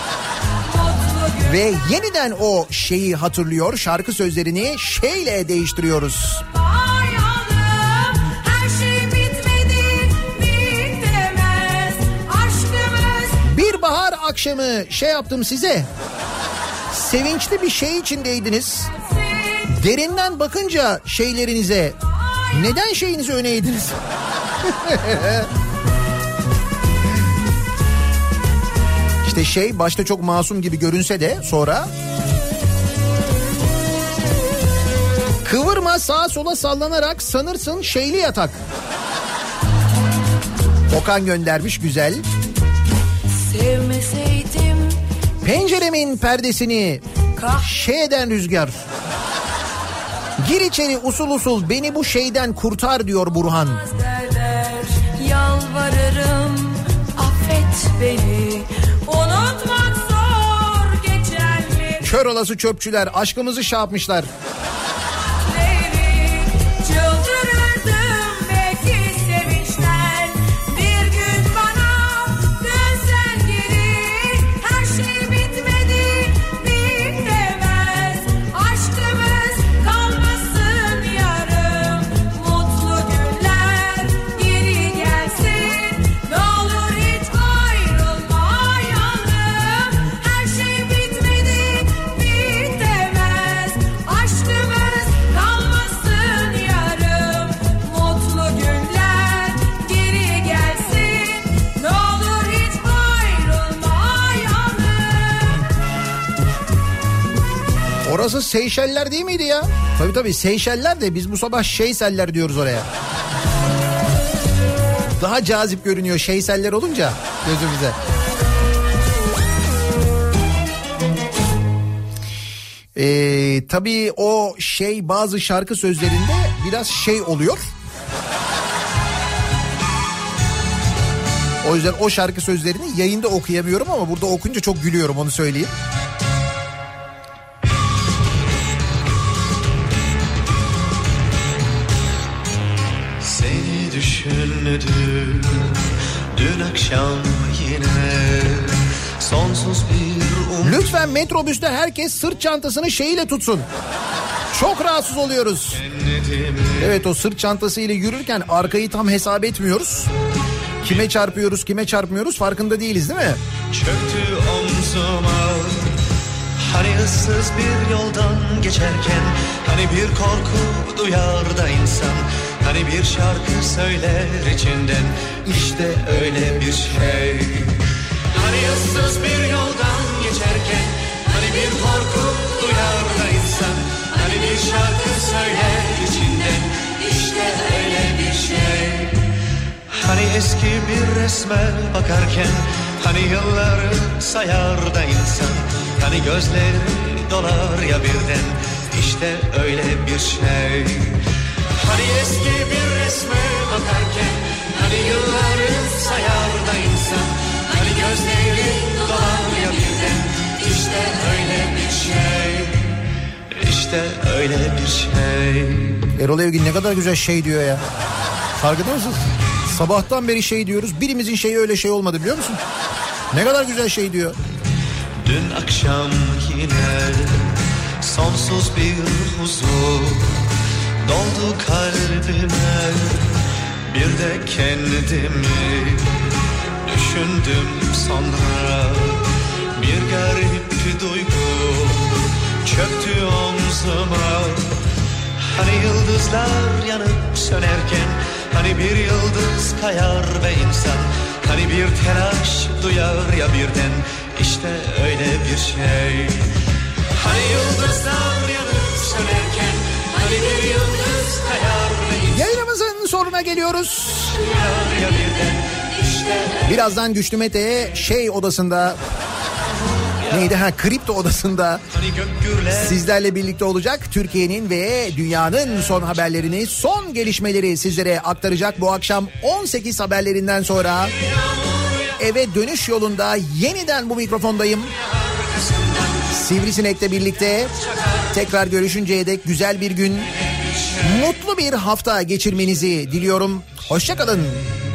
Ve yeniden o şeyi hatırlıyor. Şarkı sözlerini şeyle değiştiriyoruz. ayalım. Her şey bitmedi, bitemez. Aşkımız Bir bahar akşamı şey yaptım size. Sevinçli bir şey içindeydiniz. Derinden bakınca şeylerinize neden şeyinizi öne eğdiniz? İşte şey başta çok masum gibi görünse de sonra... Kıvırma sağa sola sallanarak sanırsın şeyli yatak. Okan göndermiş, güzel. sevmeseydim. Penceremin perdesini şey eden rüzgar. Gir içeri usul usul beni bu şeyden kurtar diyor Burhan. Derler, yalvarırım affet beni. Unutmak zor geçenleri. Kör olası çöpçüler aşkımızı şey yapmışlar. Çıldırırdım belki sevinçten. Bir gün bana dönsen geri. Her şey bitmedi, bitemez. Aşkımız kalmasın yarım. Mutlu günler geri gelsin. Ne olur hiç ayrılmayalım. Her şey bitmedi, bitemez. Aşkımız kalmasın yarım. Mutlu günler geri gelsin. Ne olur hiç ayrılmayalım. Orası Seyşeller değil miydi ya? Tabii Seyşeller de biz bu sabah Şeyseller diyoruz oraya. Daha cazip görünüyor Şeyseller olunca gözümüze. Tabii o şey bazı şarkı sözlerinde biraz şey oluyor. O yüzden o şarkı sözlerini yayında okuyamıyorum ama burada okunca çok gülüyorum, onu söyleyeyim. Seni düşündüm dün akşam yine sonsuz bir Lütfen metrobüste herkes sırt çantasını şeyiyle tutsun. Çok rahatsız oluyoruz. Evet, o sırt çantasıyla yürürken arkayı tam hesap etmiyoruz. Kime çarpıyoruz, kime çarpmıyoruz farkında değiliz değil mi? Çöktü omzuma, hani ıssız bir yoldan geçerken, hani bir korku duyar da insan, hani bir şarkı söyler içinden, işte öyle bir şey. Hani ıssız bir yoldan geçerken, hani bir korku duyar da insan, hani bir şarkı söyler içinden, işte öyle bir şey. Hani eski bir resme bakarken, hani yılları sayar da insan, hani gözleri dolar ya birden, işte öyle bir şey. Hani eski bir resme bakarken, hani yılları sayar da insan, hani gözleri dolar ya birden, işte öyle bir şey. İşte öyle bir şey. Erol Evgin ne kadar güzel şey diyor ya. Farkında mısınız? Sabahtan beri şey diyoruz. Birimizin şeyi öyle şey olmadı, biliyor musun? Ne kadar güzel şey diyor. Dün akşam yine sonsuz bir huzur doldu kalbime. Bir de kendimi düşündüm sonra. Bir garip duygu çöktü omzuma. Hani yıldızlar yanıp sönerken, hani bir yıldız kayar ve insan, hani bir telaş duyar ya birden, işte öyle bir şey. Hani yıldızlar yanıp sönerken, hani bir yıldız kayar ve insan. Yayınımızın sonuna geliyoruz. Ya birden, işte birazdan Güçlü Mete şey odasında, neydi kripto odasında sizlerle birlikte olacak. Türkiye'nin ve dünyanın son haberlerini, son gelişmeleri sizlere aktaracak. Bu akşam 18 haberlerinden sonra eve dönüş yolunda yeniden bu mikrofondayım. Sivrisinek'le birlikte tekrar görüşünceye dek güzel bir gün, mutlu bir hafta geçirmenizi diliyorum. Hoşça kalın.